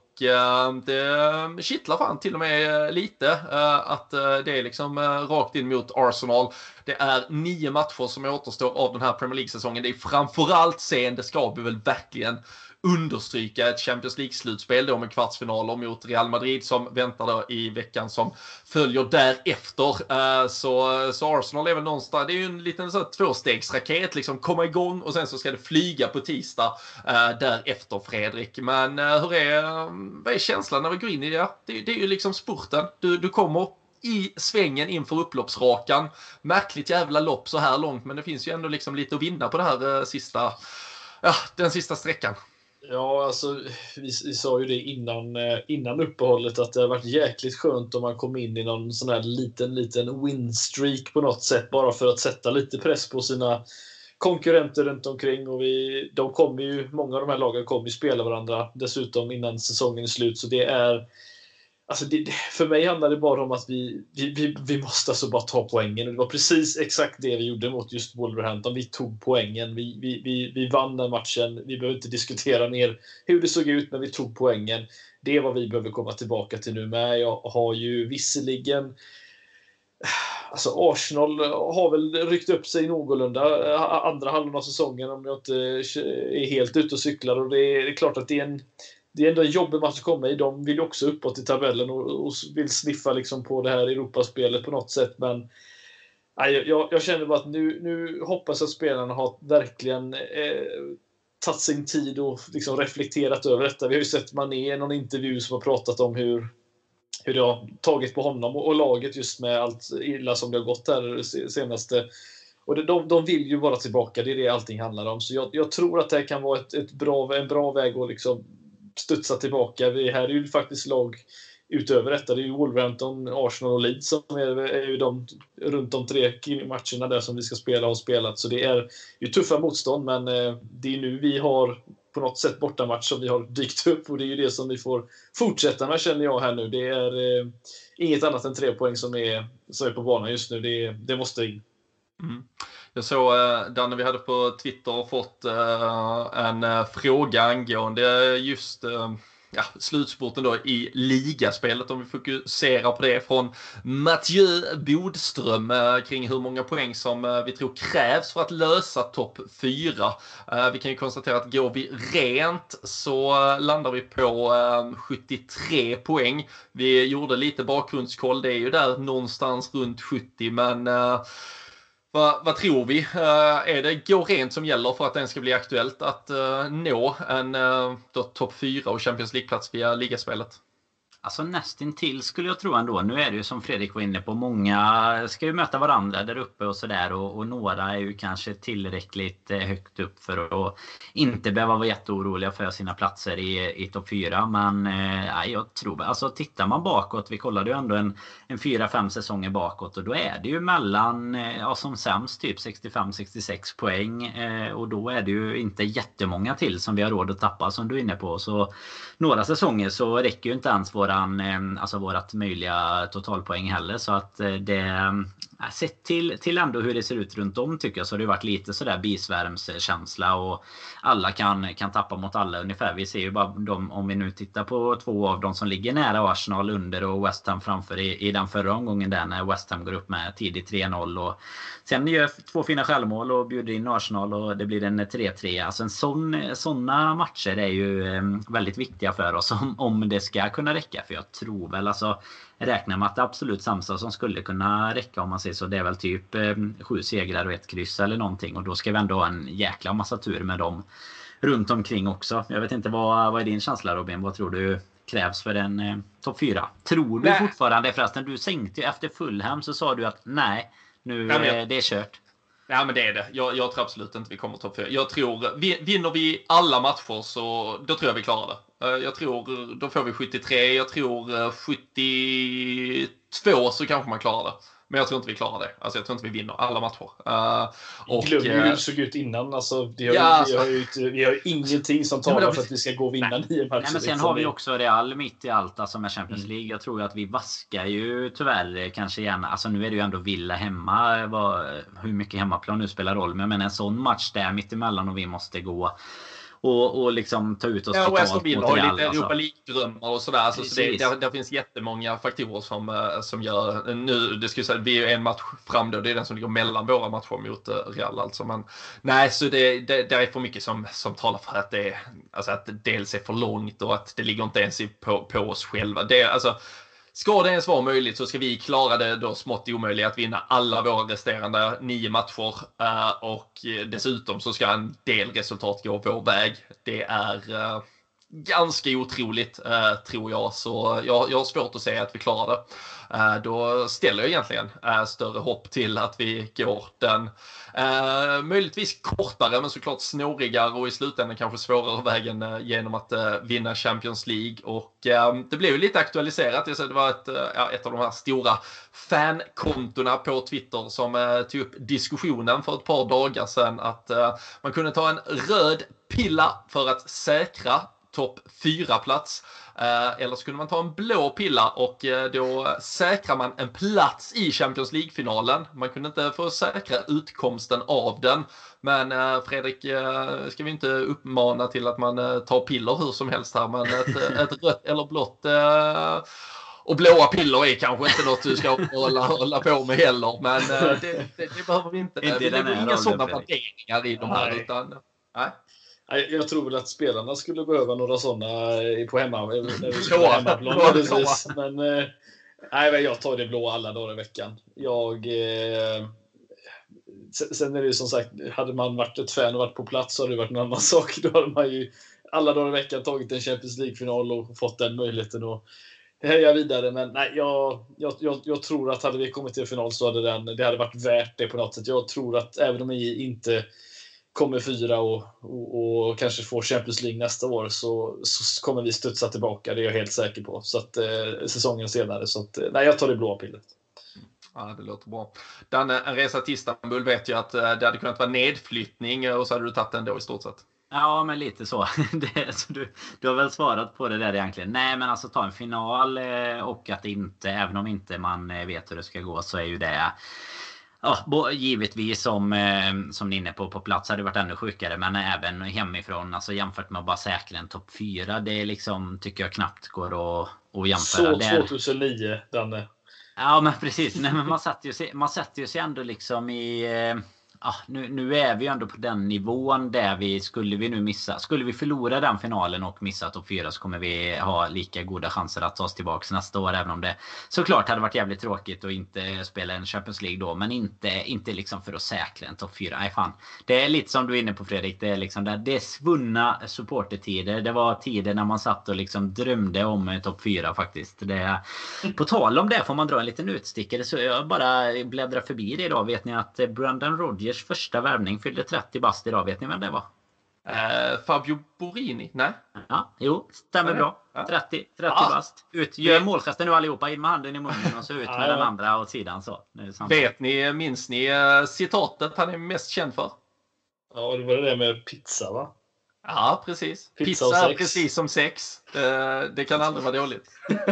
det kittlar fan till och med lite att det är liksom rakt in mot Arsenal. Det är nio matcher som återstår av den här Premier League-säsongen. Det är framförallt sen, det ska vi väl verkligen understryka, ett Champions League-slutspel då med kvartsfinaler mot Real Madrid som väntar då i veckan som följer därefter. Så, så Arsenal är väl någonstans, det är ju en liten så här tvåstegsraket, liksom komma igång och sen så ska det flyga på tisdag därefter, Fredrik. Men hur är, vad är känslan när vi går in i det? Det, det är ju liksom spurten. Du, du kommer i svängen inför upploppsrakan. Märkligt jävla lopp så här långt, men det finns ju ändå liksom lite att vinna på det här sista, ja, den sista sträckan. Ja, alltså vi, vi sa ju det innan, innan uppehållet att det har varit jäkligt skönt om man kom in i någon sån här liten, liten win-streak på något sätt, bara för att sätta lite press på sina konkurrenter runt omkring. Och vi, de kommer ju, många av de här lagen kommer ju spela varandra dessutom innan säsongen är slut, så det är alltså det, för mig handlar det bara om att vi, vi, vi, vi måste alltså bara ta poängen. Och det var precis exakt det vi gjorde mot just Wolverhampton. Vi tog poängen. Vi, vi, vi, vi vann den matchen. Vi behöver inte diskutera mer hur det såg ut, men vi tog poängen. Det är vad vi behöver komma tillbaka till nu med. Jag har ju visserligen... Alltså Arsenal har väl ryckt upp sig någorlunda andra halvan av säsongen, om jag inte är helt ute och cyklar. Och det är, det är klart att det är en... Det är ändå en jobbig match att komma i. De vill ju också uppåt i tabellen och, och vill sniffa liksom på det här Europaspelet på något sätt. Men nej, jag, jag känner bara att nu, nu hoppas att spelarna har verkligen eh, tagit sin tid och liksom reflekterat över detta. Vi har ju sett Mané i någon intervju som har pratat om hur, hur det har tagit på honom och, och laget just med allt illa som det har gått här senaste. Och det, de, de vill ju vara tillbaka. Det är det allting handlar om. Så jag, jag tror att det här kan vara ett, ett bra, en bra väg att liksom studsa tillbaka. Vi här är ju faktiskt lag utöver detta. Det är ju Wolverhampton, Arsenal och Leeds som är, är ju de runt de tre matcherna där som vi ska spela och spelat. Så det är ju tuffa motstånd, men eh, det är nu vi har på något sätt bortamatch som vi har dykt upp, och det är ju det som vi får fortsätta med, känner jag här nu. Det är eh, inget annat än tre poäng som är, som är på banan just nu. Det, det måste in. Mm. Jag såg, Danne, vi hade på Twitter fått uh, en uh, fråga angående just uh, ja, slutspurten då i ligaspelet, om vi fokuserar på det, från Mathieu Bodström uh, kring hur många poäng som uh, vi tror krävs för att lösa topp fyra. Uh, vi kan ju konstatera att går vi rent så uh, landar vi på uh, sjuttiotre poäng. Vi gjorde lite bakgrundskoll, det är ju där någonstans runt sjuttio, men uh, Vad, vad tror vi? Uh, är det gå rent som gäller för att den ska bli aktuellt att uh, nå en uh, topp fyra och Champions League-plats via ligaspelet? Alltså nästintill skulle jag tro ändå. Nu är det ju som Fredrik var inne på. Många ska ju möta varandra där uppe och sådär. Och, och några är ju kanske tillräckligt högt upp för att inte behöva vara jätteoroliga för sina platser i, i topp fyra. Men eh, jag tror, alltså tittar man bakåt. Vi kollade ju ändå en, en fyra fem säsonger bakåt. Och då är det ju mellan, ja som sämst typ sextiofem sextiosex poäng. Eh, och då är det ju inte jättemånga till som vi har råd att tappa som du är inne på. Så några säsonger så räcker ju inte ens våra alltså vårat möjliga totalpoäng heller, så att det sett till, till ändå hur det ser ut runt om tycker jag, så har det varit lite sådär bisvärmskänsla och alla kan, kan tappa mot alla ungefär. Vi ser ju bara dem, om vi nu tittar på två av dem som ligger nära Arsenal under och West Ham framför i, i den förra omgången där när West Ham går upp med tidigt tre noll och sen gör två fina självmål och bjuder in Arsenal och det blir en tre tre. Alltså en sån, såna matcher är ju väldigt viktiga för oss om, om det ska kunna räcka, för jag tror väl alltså räknar med att det absolut sämsta som skulle kunna räcka om man säger så, det är väl typ eh, sju segrar och ett kryss eller någonting, och då ska vi ändå ha en jäkla massa tur med dem runt omkring också. Jag vet inte, vad, vad är din känsla Robin? Vad tror du krävs för en eh, topp fyra? Tror du nej. fortfarande, förresten du sänkte ju efter Fulham så sa du att nej, nu ja, jag... det är kört. Ja men det är det. Jag, jag tror absolut inte vi kommer topp fyra. Jag tror, vinner vi alla matcher så då tror jag vi klarar det. Jag tror, då får vi sjuttiotre. Jag tror sjuttiotvå så kanske man klarar det. Men jag tror inte vi klarar det. Alltså jag tror inte vi vinner alla matcher. Uh, och glömmer ju hur det såg ut innan. Alltså, det har, ja, alltså, vi, har ju, vi har ju ingenting som talar för att vi ska gå och vinna nej. nio matcher. Nej, men sen liksom. Har vi också Real mitt i allt alltså med Champions League. Jag tror att vi vaskar ju tyvärr kanske gärna. Alltså nu är det ju ändå Villa hemma. Vad, hur mycket hemmaplan nu spelar roll. Men jag menar en sån match där mitt emellan och vi måste gå och, och liksom ta ut oss ja, totalt mot Real. Ja, lite Europa League-drömmar och sådär. Alltså, så det, det, det finns jättemånga faktorer som, som gör... Nu, det skulle säga, vi är ju en match fram då. Det är den som ligger mellan våra matcher mot Real. Alltså. Men, nej, så det, det, det är för mycket som, som talar för att det, alltså, att det dels är för långt och att det ligger inte ens på, på oss själva. Det, alltså, ska det ens vara möjligt så ska vi klara det då smått omöjligt att vinna alla våra resterande nio matcher. Uh, och dessutom så ska en del resultat gå vår väg. Det är uh, ganska otroligt uh, tror jag. Så jag, jag har svårt att säga att vi klarar det. Uh, då ställer jag egentligen uh, större hopp till att vi går den uh, möjligtvis kortare men såklart snårigare och i slutändan kanske svårare vägen uh, genom att uh, vinna Champions League. Och uh, det blev ju lite aktualiserat. Jag säger, det var ett, uh, ja, ett av de här stora fankontona på Twitter som uh, tog upp diskussionen för ett par dagar sedan att uh, man kunde ta en röd pilla för att säkra topp fyra plats. Uh, eller skulle man ta en blå pilla och uh, då säkrar man en plats i Champions League-finalen. Man kunde inte få säkra utkomsten av den. Men uh, Fredrik, uh, ska vi inte uppmana till att man uh, tar piller hur som helst här. Men ett, ett rött eller blått uh, och blåa piller är kanske inte något du ska hålla, hålla på med heller. Men uh, det, det, det behöver vi inte. inte det är inga sådana värderingar i de här. Nej. Utan, nej. Jag tror väl att spelarna skulle behöva några sådana på hemma. När vi ska hemmaplan. Men nej, jag tar det blå alla dagar i veckan. Jag, eh, sen är det ju som sagt, hade man varit ett fan och varit på plats så hade det varit en annan sak. Då hade man ju alla dagar i veckan tagit en Champions League-final och fått den möjligheten att heja vidare. Men nej, jag, jag, jag, jag tror att hade vi kommit till final så hade den, det hade varit värt det på något sätt. Jag tror att även om vi inte kommer fyra och, och, och kanske får Champions League nästa år så, så kommer vi studsa tillbaka, det är jag helt säker på. Så att eh, säsongen senare, så att nej, jag tar det blåa pillret. Ja, det låter bra. Danne, en resa till Istanbul vet jag att det hade kunnat vara nedflyttning och så hade du tagit den då i stort sett. Ja, men lite så. det, så du, du har väl svarat på det där egentligen. Nej, men alltså ta en final och att inte, även om inte man vet hur det ska gå så är ju det... Ja, givetvis som, som ni är inne på på plats hade det varit ännu sjukare, men även hemifrån, alltså jämfört med att bara säkra en topp fyra, det är liksom, tycker jag knappt går att, att jämföra. Så tjugohundranio, Danne. Ja, men precis. Nej, men man sätter ju sig, man sätter ju sig ändå liksom i, ah, nu, nu är vi ju ändå på den nivån där vi skulle vi nu missa. Skulle vi förlora den finalen och missa topp fyra så kommer vi ha lika goda chanser att ta oss tillbaka nästa år. Även om det såklart hade varit jävligt tråkigt att inte spela en Champions League då. Men inte, inte liksom för att säkra en topp fyra. Nej fan. Det är lite som du är inne på Fredrik. Det är liksom där, det är svunna supportertider. Det var tider när man satt och liksom drömde om en topp fyra faktiskt. Det, på tal om det får man dra en liten utstickare. Så jag bara bläddrar förbi det idag. Vet ni att Brendan Rodgers första värvning fyllde trettio bast idag? Vet ni vem det var? Uh, Fabio Borini? Nej. Ja, jo, stämmer ja, bra. Ja. trettio, trettio ja. Bast. Ut, gör målgesten nu allihopa. In med handen i munnen och så ut med ja, ja. den andra åt sidan. Så. Vet ni, minns ni citatet han är mest känd för? Ja, det var det med pizza, va? Ja, precis. Pizza, pizza är precis som sex. Det, det kan aldrig vara dåligt.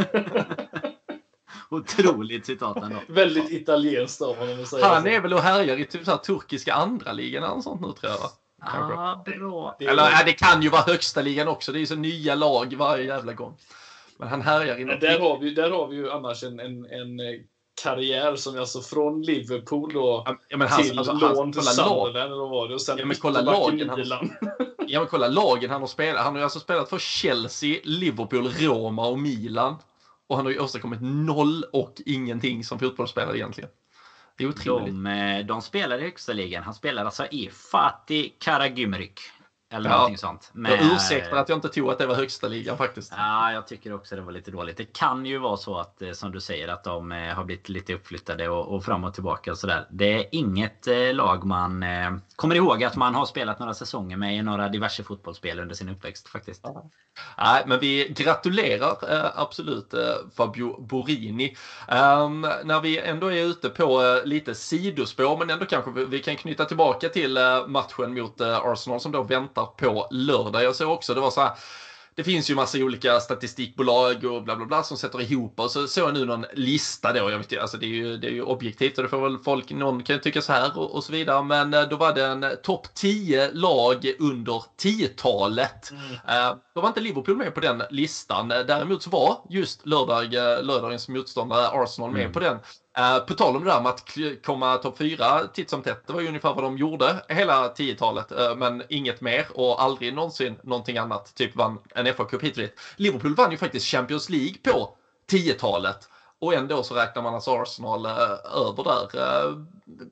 Otroligt citat ändå. Väldigt italienskt av honom att säga. Han är väl och härjar i typ så här turkiska andra ligan eller sånt nu, tror jag. Ja, bra. Eller ja, det kan ju vara högsta ligan också. Det är ju så nya lag varje jävla gång. Men han härjar i något. Där har vi, där har vi ju annars en, en, en karriär som alltså från Liverpool då ja, men hans, till alltså, lån till Sunderland och var det. Och sen ja, men kolla lagen han, ja, men kolla lagen han har spelat. Han har ju alltså spelat för Chelsea, Liverpool, Roma och Milan. Och han har ju åstadkommit noll och ingenting som fotbollsspelare egentligen. Det är otroligt. De, de spelar i högsta ligan. Han spelar alltså i Fatih Karagümrük. Eller ja, någonting sånt. Men jag ursäktar att jag inte tog att det var högsta ligan faktiskt. Ja, jag tycker också det var lite dåligt. Det kan ju vara så att, som du säger, att de har blivit lite uppflyttade och, och fram och tillbaka och sådär. Det är inget eh, lag man eh, kommer ihåg att man har spelat några säsonger med i några diverse fotbollsspel under sin uppväxt faktiskt. Ja. Nej, men vi gratulerar eh, absolut eh, Fabio Borini. Um, när vi ändå är ute på eh, lite sidospår, men ändå kanske vi, vi kan knyta tillbaka till eh, matchen mot eh, Arsenal som då väntar på lördag. Jag såg också, det var så här, det finns ju massa olika statistikbolag och bla bla bla som sätter ihop, och så såg jag nu någon lista då, jag vet inte, alltså det är ju, det är ju objektivt och det får väl folk, någon kan ju tycka så här och, och så vidare, men då var det en topp tio lag under tiotalet. Mm. Uh, då var inte Liverpool med på den listan, däremot så var just lördag, lördagens motståndare Arsenal med mm. på den. Uh, på tal om det där med att komma topp fyra titt som tätt, det var ju ungefär vad de gjorde hela tiotalet, uh, men inget mer och aldrig någonsin någonting annat, typ vann en F A Cup hit och dit. Liverpool vann ju faktiskt Champions League på tiotalet och ändå så räknar man alltså Arsenal uh, över där. Uh,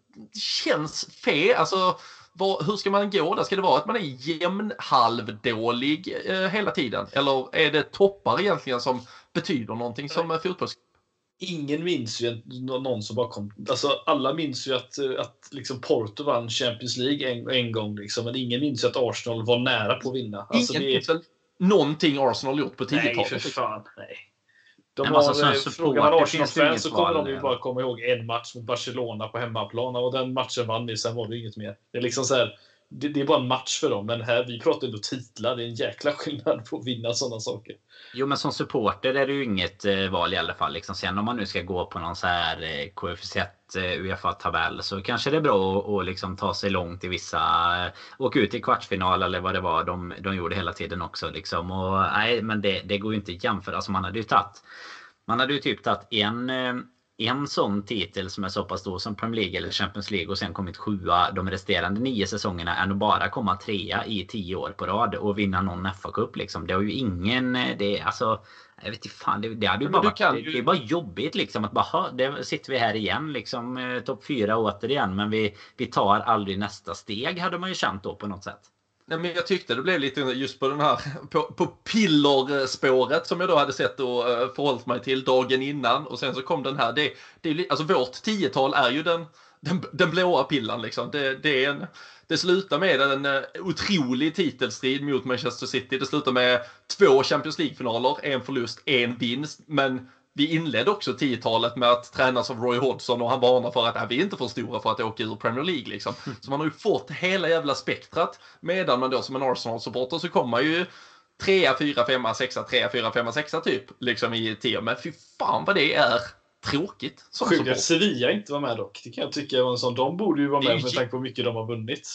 känns fel, alltså vad, hur ska man gå där? Ska det vara att man är jämn halvdålig uh, hela tiden, eller är det toppar egentligen som betyder någonting som uh, fotbolls? Ingen minns ju någon som bara kom. Alltså alla minns ju att, att liksom Porto vann Champions League en, en gång liksom, men ingen minns ju att Arsenal var nära på att vinna. Alltså, ingen det minns väl någonting Arsenal gjort på tiotalet. Nej, för fan. Nej. De nej, har, alltså, frågar man Arsenal-fans så kommer de ju bara komma ihåg en match mot Barcelona på hemmaplan, och den matchen vann ni, sen var det inget mer. Det är liksom så här, det, det är bara en match för dem, men här, vi pratar ändå titlar, det är en jäkla skillnad på att vinna sådana saker. Jo, men som supporter är det ju inget eh, val i alla fall. Liksom. Sen om man nu ska gå på någon så här eh, koefficient eh, U E F A-tabell så kanske det är bra att, att liksom ta sig långt i vissa... Eh, åka ut i kvartsfinal eller vad det var de, de gjorde hela tiden också. Liksom. Och, nej, men det, det går ju inte att jämföra. Alltså, man hade ju tagit... Man hade ju typ tagit en... Eh, en sån titel som är så pass stor som Premier League eller Champions League och sen kommit sjua de resterande nio säsongerna än att bara komma trea i tio år på rad och vinna någon F A-cup liksom. Det har ju ingen, det är alltså, jag vet inte fan, det, det hade ju bara varit, det, ju... det är bara jobbigt liksom att bara, det sitter vi här igen liksom, eh, topp fyra återigen, men vi, vi tar aldrig nästa steg, hade man ju känt då på något sätt. Nej, men jag tyckte det blev lite just på den här på, på pillerspåret som jag då hade sett och uh, förhållit mig till dagen innan, och sen så kom den här, det, det är, alltså vårt tiotal är ju den, den, den blåa pillan liksom. Det, det, är en, det slutar med en uh, otrolig titelstrid mot Manchester City. Det slutar med två Champions League-finaler, en förlust, en vinst, men vi inledde också tiotalet med att tränas av Roy Hodgson, och han varnar för att äh, vi är inte för stora för att åka ur Premier League liksom. Mm. Så man har ju fått hela jävla spektrat, medan man då som en Arsenal-supporter så kommer man ju trea, fyra, femma, sexa, trea, fyra, femma, sexa typ liksom i tio. Men fy fan vad det är tråkigt. Sjukt att Sevilla inte var med dock. Det kan jag tycka var en sån. De borde ju vara med med tanke på hur mycket de har vunnit.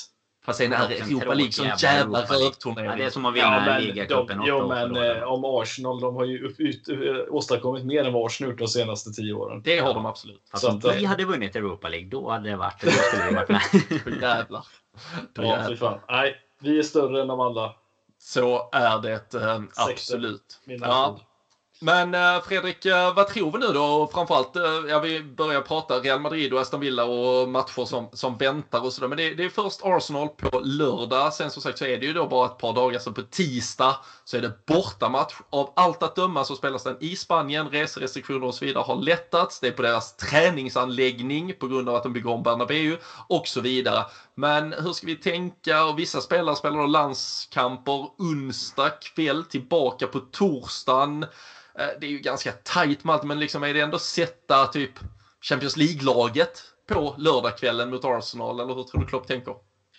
Fast sen är Europa League som jävla rövturnering. Ja, det är som att vinna ja, ligacupen. Jo, men eh, om Arsenal, de har ju upp, ut, åstadkommit mer än vad Arsenal gjort de senaste tio åren. Det har de absolut. Alltså, om vi hade vunnit Europa League, då hade det varit, då skulle vi varit med. Jävlar. Ja, för fan. Nej, vi är större än de alla. Så är det eh, absolut. Ja. Men eh, Fredrik, eh, vad tror vi nu då? Framförallt, eh, ja, vi börjar prata Real Madrid och Aston Villa och matcher som, som väntar och sådär. Men det, det är först Arsenal på lördag. Sen som sagt så är det ju då bara ett par dagar. Så på tisdag så är det bortamatch. Av allt att döma så spelas den i Spanien. Reserestriktioner och så vidare har lättats. Det är på deras träningsanläggning på grund av att de bygger om Bernabéu och så vidare. Men hur ska vi tänka? Och vissa spelare spelar då landskamper onsdag kväll, tillbaka på torsdagen. Det är ju ganska tajt med allt, men liksom är det ändå sätta typ Champions League-laget på lördagskvällen mot Arsenal, eller hur tror du Klopp tänker?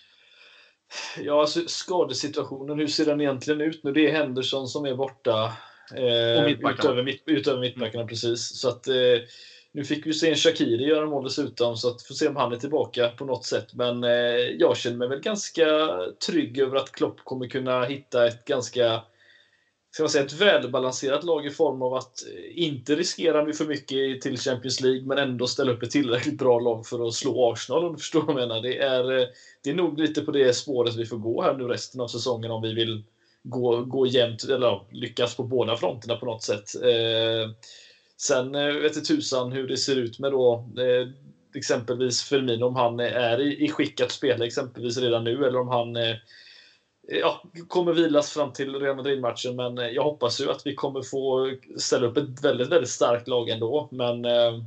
Ja, alltså skadesituationen, hur ser den egentligen ut nu? Det är Henderson som är borta eh, utöver, mitt, utöver mittbackarna, mm. precis. Så att eh, nu fick vi se en Shaqiri göra mål dessutom, så att får se om han är tillbaka på något sätt. Men eh, jag känner mig väl ganska trygg över att Klopp kommer kunna hitta ett ganska ska man säga, ett välbalanserat lag i form av att inte riskera för mycket till Champions League, men ändå ställa upp ett tillräckligt bra lag för att slå Arsenal, om du förstår vad jag menar. Det är, det är nog lite på det spåret vi får gå här nu resten av säsongen om vi vill gå, gå jämnt, eller lyckas på båda fronterna på något sätt. Eh, sen vet jag tusan hur det ser ut med då eh, exempelvis Firmino, om han är i, i skick att spela exempelvis redan nu, eller om han eh, ja, kommer vilas fram till Real Madrid-matchen, men jag hoppas ju att vi kommer få ställa upp ett väldigt, väldigt starkt lag ändå. Men eh,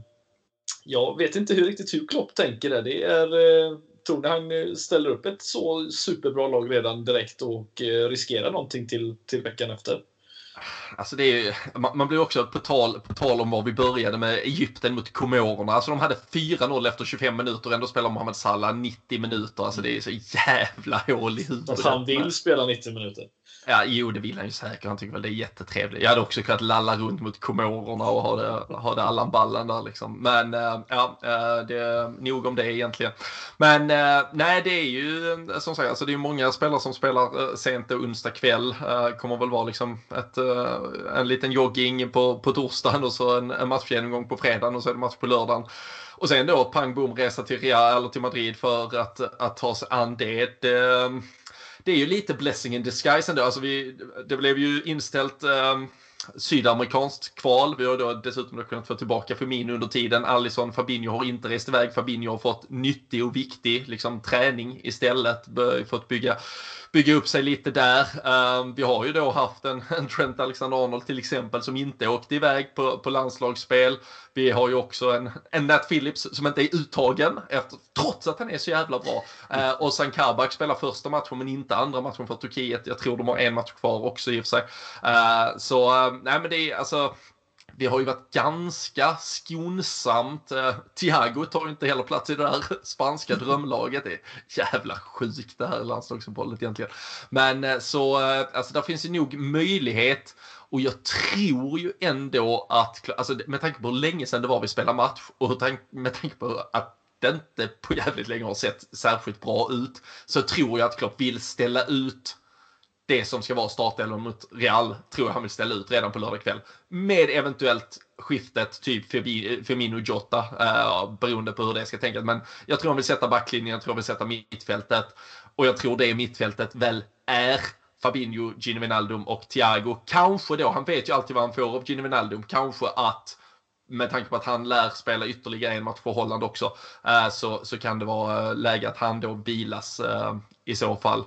jag vet inte hur riktigt hur Klopp tänker det. Det är, eh, tror ni han ställer upp ett så superbra lag redan direkt och eh, riskerar någonting till, till veckan efter? Alltså det är ju, man blir också på tal, på tal om var vi började med Egypten mot Komorerna. Alltså de hade fyra noll efter tjugofem minuter och ändå spelar Mohamed Salah nittio minuter. Alltså det är så jävla hål i huvudet. Att han vill spela nittio minuter. Ja, jo, det vill han ju säkert. Han tycker väl det är jättetrevligt. Jag hade också kunnat lalla runt mot Komorerna och ha det, ha det Allan Ballen där liksom. Men ja, det är nog om det egentligen. Men nej, det är ju som sagt, alltså det är många spelare som spelar sent och onsdag kväll. Kommer väl vara liksom ett, en liten jogging på, på torsdagen och så en, en matchgenomgång på fredagen och så är det match på lördagen. Och sen då pang boom resa till Real eller till Madrid för att, att ta sig an det. det Det är ju lite blessing in disguise ändå. Alltså vi, det blev ju inställt eh, sydamerikanskt kval. Vi har då dessutom då kunnat få tillbaka Firmino under tiden. Alisson, Fabinho har inte rest iväg. Fabinho har fått nyttig och viktig liksom, träning istället. Fått bygga, bygga upp sig lite där. Uh, vi har ju då haft en, en Trent Alexander-Arnold till exempel som inte åkte iväg på, på landslagsspel. Vi har ju också en, en Nat Phillips som inte är uttagen efter, trots att han är så jävla bra. Uh, och San Kabak spelar första matchen men inte andra matchen för Turkiet. Jag tror de har en match kvar också i och för sig. Uh, så uh, nej men det är alltså... Vi har ju varit ganska skonsamt. Uh, Thiago tar ju inte heller plats i det där spanska drömlaget. Det är jävla sjukt det här landslagsuppehållet egentligen. Men uh, så, uh, alltså där finns ju nog möjlighet. Och jag tror ju ändå att, alltså med tanke på hur länge sedan det var vi spelade match och med tanke på att det inte på jävligt länge har sett särskilt bra ut, så tror jag att Klopp vill ställa ut det som ska vara startelvan mot Real, tror jag han vill ställa ut redan på lördag kväll. Med eventuellt skiftet typ Firmino Jota, eh, beroende på hur det ska tänkas. Men jag tror han vill sätta backlinjen, jag tror han vill sätta mittfältet. Och jag tror det mittfältet väl är Fabinho, Gini Wijnaldum och Thiago. Kanske då, han vet ju alltid vad han får av Gini Wijnaldum. Kanske att, med tanke på att han lär spela ytterligare en match för Holland också, eh, så, så kan det vara läge att han då bilas eh, i så fall.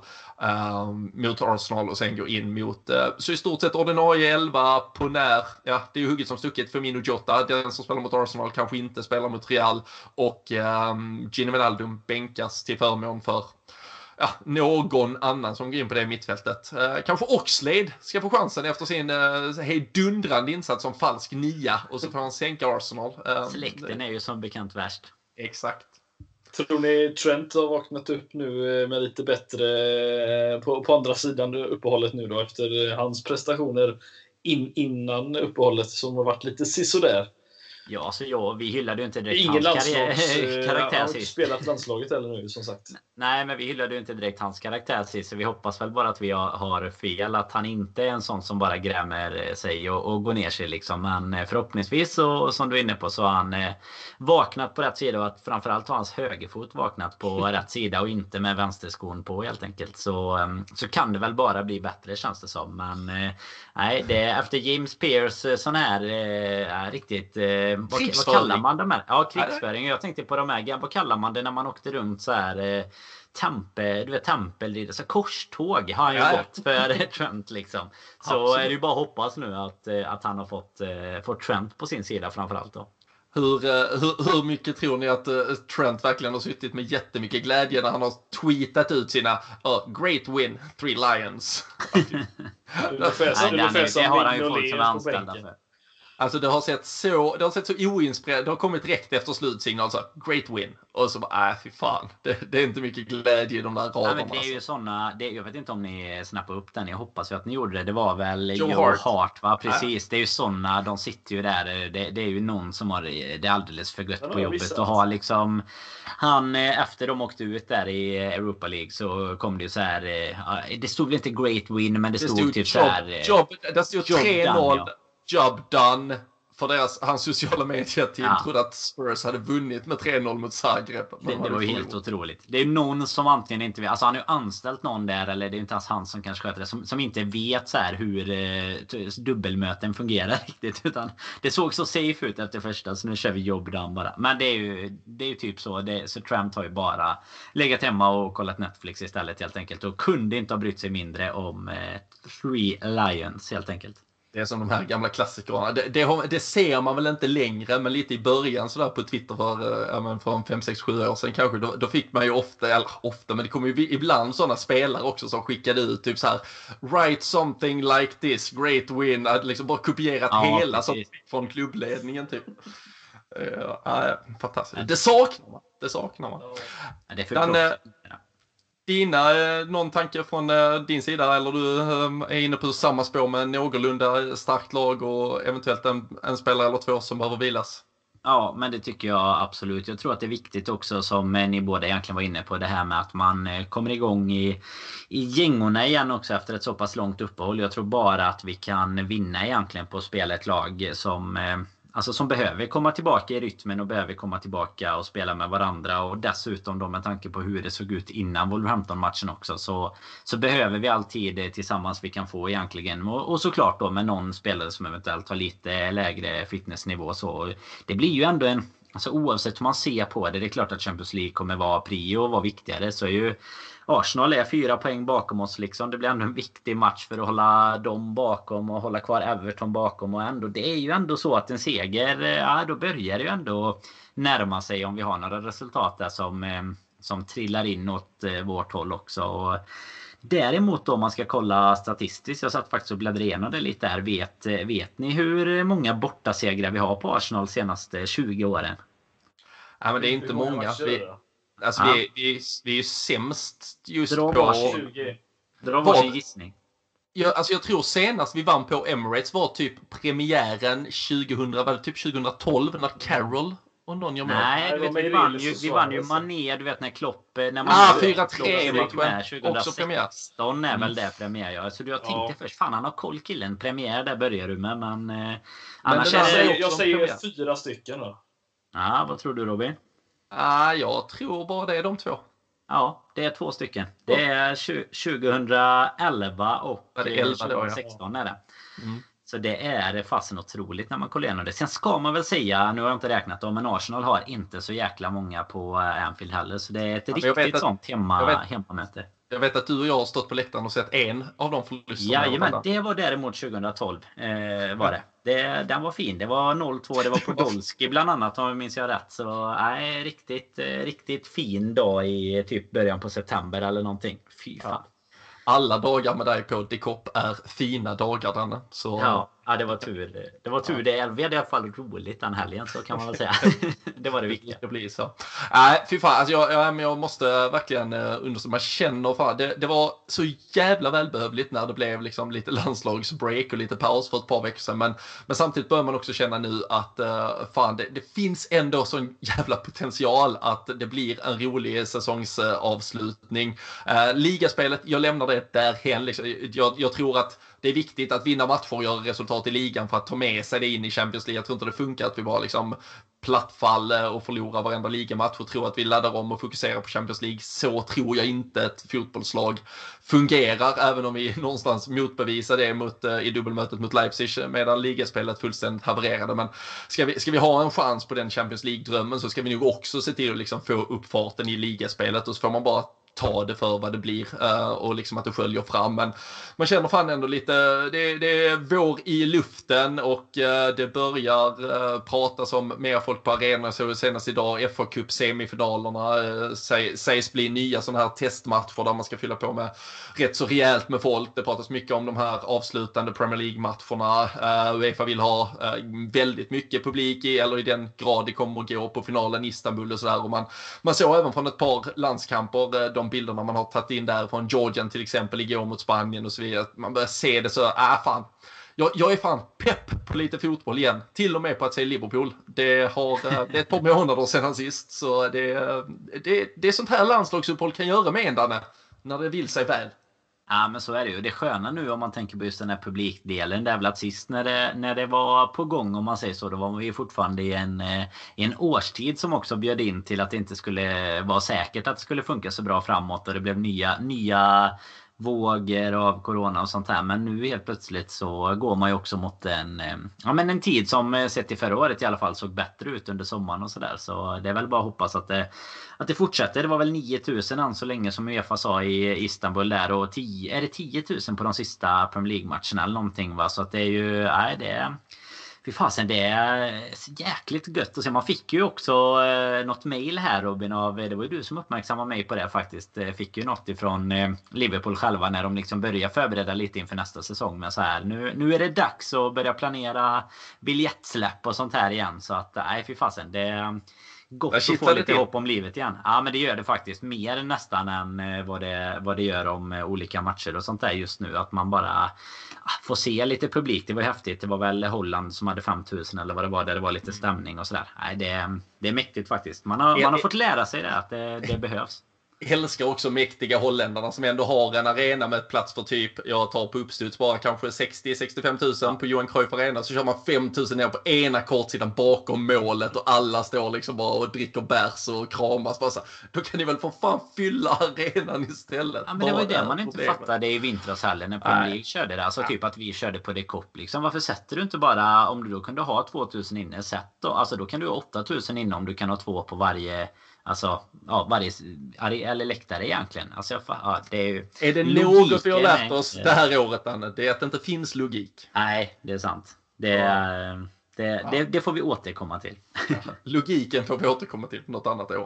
Um, mot Arsenal och sen går in mot uh, så i stort sett ordinarie elva på när, ja det är ju hugget som stucket för Firmino Jota, den som spelar mot Arsenal kanske inte spelar mot Real och um, Gini Wijnaldum bänkas till förmån för ja, någon annan som går in på det mittfältet. Uh, kanske Oxlade ska få chansen efter sin uh, hejdundrande insats som falsk nia och så får han sänka Arsenal. Uh, Släkten är ju som bekant värst. Exakt. Tror ni Trent har vaknat upp nu med lite bättre på, på andra sidan uppehållet nu då efter hans prestationer in, innan uppehållet som har varit lite sisådär? Ja, så ja, vi hyllade ju inte direkt ingen hans landslags, karaktär han har sist. spelat landslaget eller nu som sagt. Nej, men vi hyllade ju inte direkt hans karaktär sist, så vi hoppas väl bara att vi har, har fel. Att han inte är en sån som bara grämer sig och, och går ner sig liksom. Men förhoppningsvis så, som du är inne på, så har han eh, vaknat på rätt sida. Och att framförallt har hans högerfot vaknat på rätt sida och inte med vänsterskon på helt enkelt. Så, eh, så kan det väl bara bli bättre, känns det som. Men eh, nej, det är efter James Pearce sån här eh, riktigt... Eh, vad, vad kallar man de här? Ja, krigsföring. Jag tänkte på de här, vad kallar man det när man åkte runt så här... Eh, Tempel, du vet tempel, så korståg har han ju ja, fått för Trent liksom. Så absolut. Är det ju bara att hoppas nu att, att han har fått, fått Trent på sin sida framförallt då. Hur, hur, hur mycket tror ni att Trent verkligen har suttit med jättemycket glädje när han har tweetat ut sina uh, great win, three lions? Nej, den, det har han ju folk som är anställda för. Alltså det har sett så det har sett så oinspirerat. Det har kommit direkt efter slutsignal så great win och så bara äh, fy fan. Det, det är inte mycket glädje i de där raderna. Ja, men det är ju alltså. såna, det, jag vet inte om ni snappade upp den. Jag hoppas ju att ni gjorde det. Det var väl Joe, Joe Hart. Hart, va? Precis. Ja. Det är ju såna, de sitter ju där. Det, det är ju någon som har det alldeles för gött ja, på jobbet och har liksom han efter de åkte ut där i Europa League så kom det ju så här. Det stod väl inte great win, men det, det stod, stod typ job, så här jobb, det stod tre noll. Job done. För deras, hans sociala medier-team ja. trodde att Spurs hade vunnit med tre noll mot Zagreb. Det, det var ju helt otroligt. Det är någon som antingen inte vet, alltså han har ju anställt någon där, eller det är inte ens han som kanske sköter det, som, som inte vet så här hur eh, dubbelmöten fungerar riktigt, utan det såg så safe ut efter första, så nu kör vi jobb där bara. Men det är ju, det är ju typ så, det, så Trent har ju bara legat hemma och kollat Netflix istället helt enkelt, och kunde inte ha brytt sig mindre om eh, Three Lions helt enkelt. Det är som de här gamla klassikerna. Det, det, det ser man väl inte längre, men lite i början så där på Twitter för, ja, för fem sex sju år sedan kanske. Då, då fick man ju ofta, eller ofta, men det kommer ju ibland sådana spelare också som skickade ut typ så här: write something like this, great win. Att liksom bara kopierat ja, hela som från klubbledningen typ. Uh, ja, fantastiskt. Det saknar man. Det saknar man. Ja, det är för Den, Dina, någon tanke från din sida, eller du är inne på samma spår med någorlunda starkt lag och eventuellt en, en spelare eller två som behöver vilas? Ja, men det tycker jag absolut. Jag tror att det är viktigt också, som ni båda egentligen var inne på, det här med att man kommer igång i, i gängorna igen också efter ett så pass långt uppehåll. Jag tror bara att vi kan vinna egentligen på att spela ett lag som... Alltså som behöver komma tillbaka i rytmen och behöver komma tillbaka och spela med varandra. Och dessutom då med tanke på hur det såg ut innan Wolverhampton-matchen också, så, så behöver vi alltid tillsammans vi kan få egentligen. Och, och såklart då med någon spelare som eventuellt har lite lägre fitnessnivå. Så det blir ju ändå en... Alltså oavsett hur man ser på det, det är klart att Champions League kommer vara prio och vara viktigare, så är ju Arsenal är fyra poäng bakom oss liksom. Det blir ändå en viktig match för att hålla dem bakom och hålla kvar Everton bakom, och ändå, det är ju ändå så att en seger, ja, då börjar det ju ändå närma sig om vi har några resultat där som, som trillar in åt vårt håll också. Och däremot om man ska kolla statistiskt, jag satt faktiskt och bläddrade igenom det lite här. Vet, vet ni hur många bortasegrar vi har på Arsenal senaste tjugo åren? Ja, men det är inte många. Vi, alltså ja. vi, vi, vi är ju sämst just Dra på... tjugo. Dra varsin gissning. Jag, alltså jag tror senast vi vann på Emirates var typ premiären tjugohundra, var det typ tjugohundratolv när Carroll och någon gör mål. Nej, du vet, vi vann ju, vi vann ju Mané, du vet när Klopp... När man ah, fyra tre matchen. tjugohundrasexton är väl det premiär, ja. Så du har tänkte ja. först, fan han har koll killen. Premiär, där börjar du med, men... Eh, men annars jag är det säger, jag säger fyra stycken då. Ja, vad tror du, Robin? Ah, jag tror bara det är de två. Ja, det är två stycken. Det är tjugohundraelva och tjugohundrasexton är det. Mm. Så det är fasen otroligt när man kollar igenom det. Sen ska man väl säga, nu har jag inte räknat om, men Arsenal har inte så jäkla många på Anfield heller. Så det är ett ja, riktigt att, sånt hemma, jag vet, hemmamöte. Jag vet att du och jag har stått på läktaren och sett en av de förlusterna. Ja, men det var däremot tjugohundratolv eh, var det. det. Den var fin. Det var noll två. Det var Podolski bland annat, om jag minns jag rätt. Så nej, riktigt, riktigt fin dag i typ början på september eller någonting. Fy fan. Ja. Alla dagar med dig på Dekop är fina dagar, Danne. Så ja. Ja, det var tur. Det var tur. Det vi hade i alla fall roligt den helgen, så kan man väl säga. Det var det viktiga. Det blir så. Nej, fy fan. Alltså jag, jag, jag måste verkligen understryka. Man känner fan. Det, det var så jävla välbehövligt när det blev liksom lite landslagsbreak och lite paus för ett par veckor sedan. Men, men samtidigt börjar man också känna nu att uh, fan, det, det finns ändå sån jävla potential att det blir en rolig säsongsavslutning. Uh, ligaspelet, jag lämnar det därhen. Liksom. Jag, jag tror att det är viktigt att vinna matcher och göra resultat i ligan för att ta med sig det in i Champions League. Jag tror inte det funkar att vi bara liksom plattfaller och förlorar varenda ligamatch och tror att vi laddar om och fokuserar på Champions League. Så tror jag inte ett fotbollslag fungerar, även om vi någonstans motbevisar det mot, i dubbelmötet mot Leipzig medan ligaspelet fullständigt havererade. Men ska vi, ska vi ha en chans på den Champions League-drömmen så ska vi nog också se till att liksom få upp farten i ligaspelet, och så får man bara ta det för vad det blir uh, och liksom att det sköljer fram. Men man känner fan ändå lite, det, det är vår i luften och uh, det börjar uh, pratas om mer folk på arenan. Så senast idag F A Cup semifinalerna uh, säg, sägs bli nya sådana här testmatcher där man ska fylla på med rätt så rejält med folk. Det pratas mycket om de här avslutande Premier League-matcherna. Uh, UEFA vill ha uh, väldigt mycket publik i, eller i den grad det kommer att gå på finalen i Istanbul och sådär. Och man, man såg även från ett par landskamper uh, de bilderna man har tagit in där från Georgien till exempel igår mot Spanien och så vidare. Man börjar se det så, ah fan. Jag, jag är fan pepp på lite fotboll igen. Till och med på att se Liverpool. Det, har, det är ett par månader sedan sist. Så det, det, det är sånt här landslagsuppehåll kan göra med en, Danne, när det vill sig väl. Ja, men så är det ju. Det sköna nu om man tänker på just den här publikdelen, det är väl att sist när det, när det var på gång, om man säger så, då var vi fortfarande i en, i en årstid som också bjöd in till att det inte skulle vara säkert att det skulle funka så bra framåt, och det blev nya, nya vågor av corona och sånt här. Men nu helt plötsligt så går man ju också mot en, ja, men en tid som sett i förra året i alla fall såg bättre ut under sommaren och sådär. Så det är väl bara att hoppas att det, att det fortsätter. Det var väl nio tusen än så länge som UEFA sa i Istanbul där, och tio, är det tio tusen på de sista Premier League-matcherna eller någonting, va? Så att det är ju, nej det är... Fy fasen, det är jäkligt gött att se. Man fick ju också eh, något mejl här, Robin, av, det var ju du som uppmärksammade mig på det faktiskt. Jag fick ju något ifrån eh, Liverpool själva när de liksom börjar förbereda lite inför nästa säsong. Men så här, nu, nu är det dags att börja planera biljettsläpp och sånt här igen. Så att, nej fy fasen, det är gott att få lite hopp om livet igen. Ja, men det gör det faktiskt mer nästan än vad det, vad det gör om olika matcher och sånt där just nu. Att man bara får se lite publik. Det var häftigt. Det var väl Holland som hade fem tusen eller vad det var, där det var lite stämning och sådär. Nej, det, det är mäktigt faktiskt. Man har, man har fått lära sig det, att det, det behövs. Älskar också mäktiga holländarna som ändå har en arena med plats för typ, jag tar på uppstuds bara kanske sextio till sextiofem tusen ja. På Johan Cruyff Arena, så kör man fem tusen ner på ena kortsidan bakom målet och alla står liksom bara och dricker bärs och kramas. Bara så, då kan ni väl för fan fylla arenan istället. Ja, men det var ju det man inte fattade i vintras heller när Premier League körde det. Alltså ja. Typ att vi körde på det kopp liksom. Varför sätter du inte bara, om du då kunde ha tvåtusen inne, sätt då. Alltså då kan du ha åttatusen inne om du kan ha två på varje. Alltså, ja, varje eller läktare egentligen. Alltså, ja, det är ju... Är det något vi har lärt oss det här året, Anne? Det är att det inte finns logik. Nej, det är sant. Det, är, det, ja. det, det får vi återkomma till. Logiken får vi återkomma till något annat år.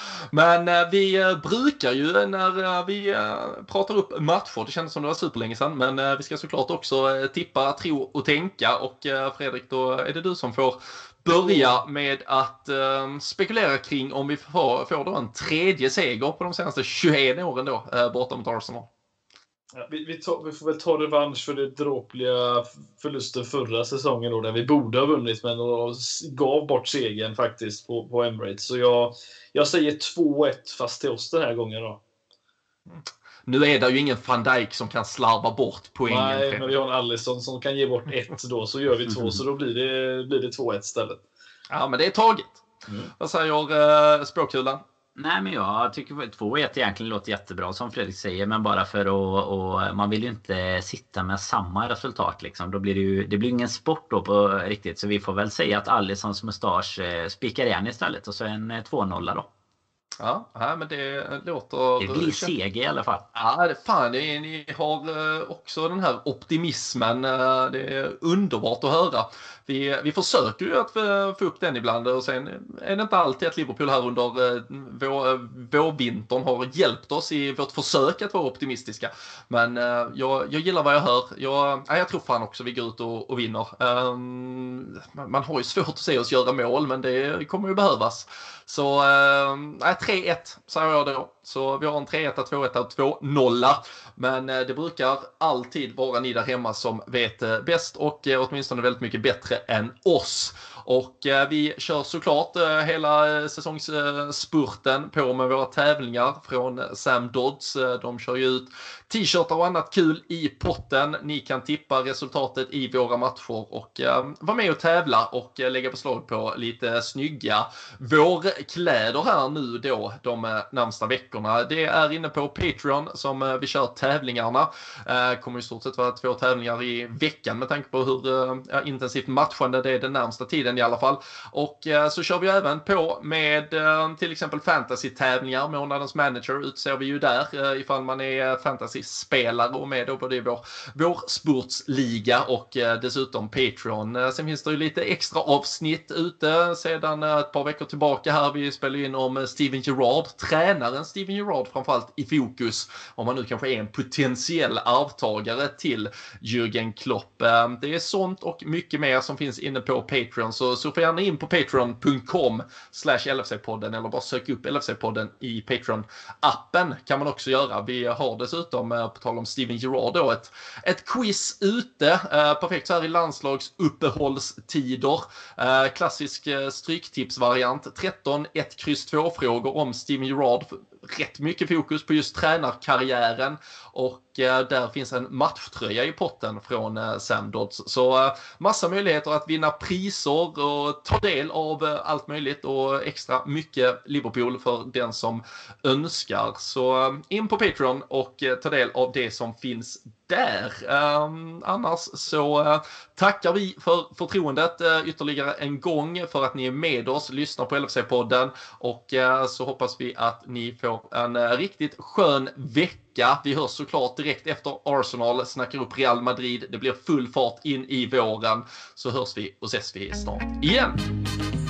Men eh, vi eh, brukar ju när eh, vi eh, pratar upp matcher, det kändes som det var superlänge sedan, men eh, vi ska såklart också eh, tippa, tro och tänka. Och eh, Fredrik, då är det du som får börja med att eh, spekulera kring om vi får, får då en tredje seger på de senaste tjugoett åren då, eh, borta mot Arsenal. Ja, vi, vi, tar, vi får väl ta revansch för det dråpliga förlusten förra säsongen då, där vi borde ha vunnit men gav bort segern faktiskt på, på Emirates. Så jag, jag säger två ett fast till oss den här gången då. Mm. Nu är det ju ingen Van Dijk som kan slarva bort poängen. Nej, men vi har en Alisson som kan ge bort ett då, så gör vi två, så då blir det, blir det två ett istället. Ja, men det är taget. Mm. Vad säger uh, språkkulan? Nej, men jag tycker två ett egentligen låter jättebra som Fredrik säger, men bara för att, och man vill ju inte sitta med samma resultat liksom. Då blir det ju, det blir ingen sport då på riktigt, så vi får väl säga att Alissons mustasch eh, spikar igen istället, och så en två noll då. Ja, ja, men det låter... Det blir seger i alla fall. Ja, det, fan, det är, ni har också den här optimismen. Det är underbart att höra. Vi, vi försöker ju att få upp den ibland och sen är det inte alltid att Liverpool här under vår, vårvintern har hjälpt oss i vårt försök att vara optimistiska. Men jag, jag gillar vad jag hör. Jag, jag tror fan också vi går ut och, och vinner. Um, man har ju svårt att se oss göra mål, men det kommer ju behövas. Så äh, tre ett säger jag då. Så vi har en tre ett, två ett och två noll. Men äh, det brukar alltid vara ni där hemma som vet äh, bäst och äh, åtminstone väldigt mycket bättre än oss. Och eh, vi kör såklart eh, hela eh, säsongsspurten på med våra tävlingar från Sam Dodds. Eh, de kör ju ut t-shirtar och annat kul i potten. Ni kan tippa resultatet i våra matcher och eh, vara med och tävla och eh, lägga beslag på lite snygga vårkläder här nu då de eh, närmsta veckorna. Det är inne på Patreon som eh, vi kör tävlingarna. Eh, kommer i stort sett vara två tävlingar i veckan med tanke på hur eh, intensivt matchande det är den närmsta tiden i alla fall. Och eh, så kör vi även på med eh, till exempel fantasy-tävlingar. Månadens manager utser vi ju där eh, ifall man är fantasy-spelare och med då både i vår, vår sportsliga och eh, dessutom Patreon. Eh, sen finns det ju lite extra avsnitt ute sedan eh, ett par veckor tillbaka här. Vi spelar in om Steven Gerrard, tränaren Steven Gerrard framförallt i fokus. Om man nu kanske är en potentiell arvtagare till Jürgen Klopp. Eh, det är sånt och mycket mer som finns inne på Patreon. Så surfa gärna in på patreon punkt com slash L F C-podden eller bara sök upp L F C-podden i Patreon-appen kan man också göra. Vi har dessutom, på tal om Steven Gerrard då, ett, ett quiz ute. Eh, perfekt så här i landslagsuppehållstider. Eh, klassisk eh, stryktipsvariant. tretton ett kryss två frågor om Steven Gerrard. Rätt mycket fokus på just tränarkarriären och eh, där finns en matchtröja i potten från eh, Sam Dodds. Så eh, massa möjligheter att vinna priser och ta del av eh, allt möjligt och extra mycket Liverpool för den som önskar. Så eh, in på Patreon och eh, ta del av det som finns där. Um, annars så uh, tackar vi för förtroendet uh, ytterligare en gång för att ni är med oss, lyssnar på L F C-podden och uh, så hoppas vi att ni får en uh, riktigt skön vecka. Vi hörs såklart direkt efter Arsenal, snackar upp Real Madrid. Det blir full fart in i våren, så hörs vi och ses vi snart igen.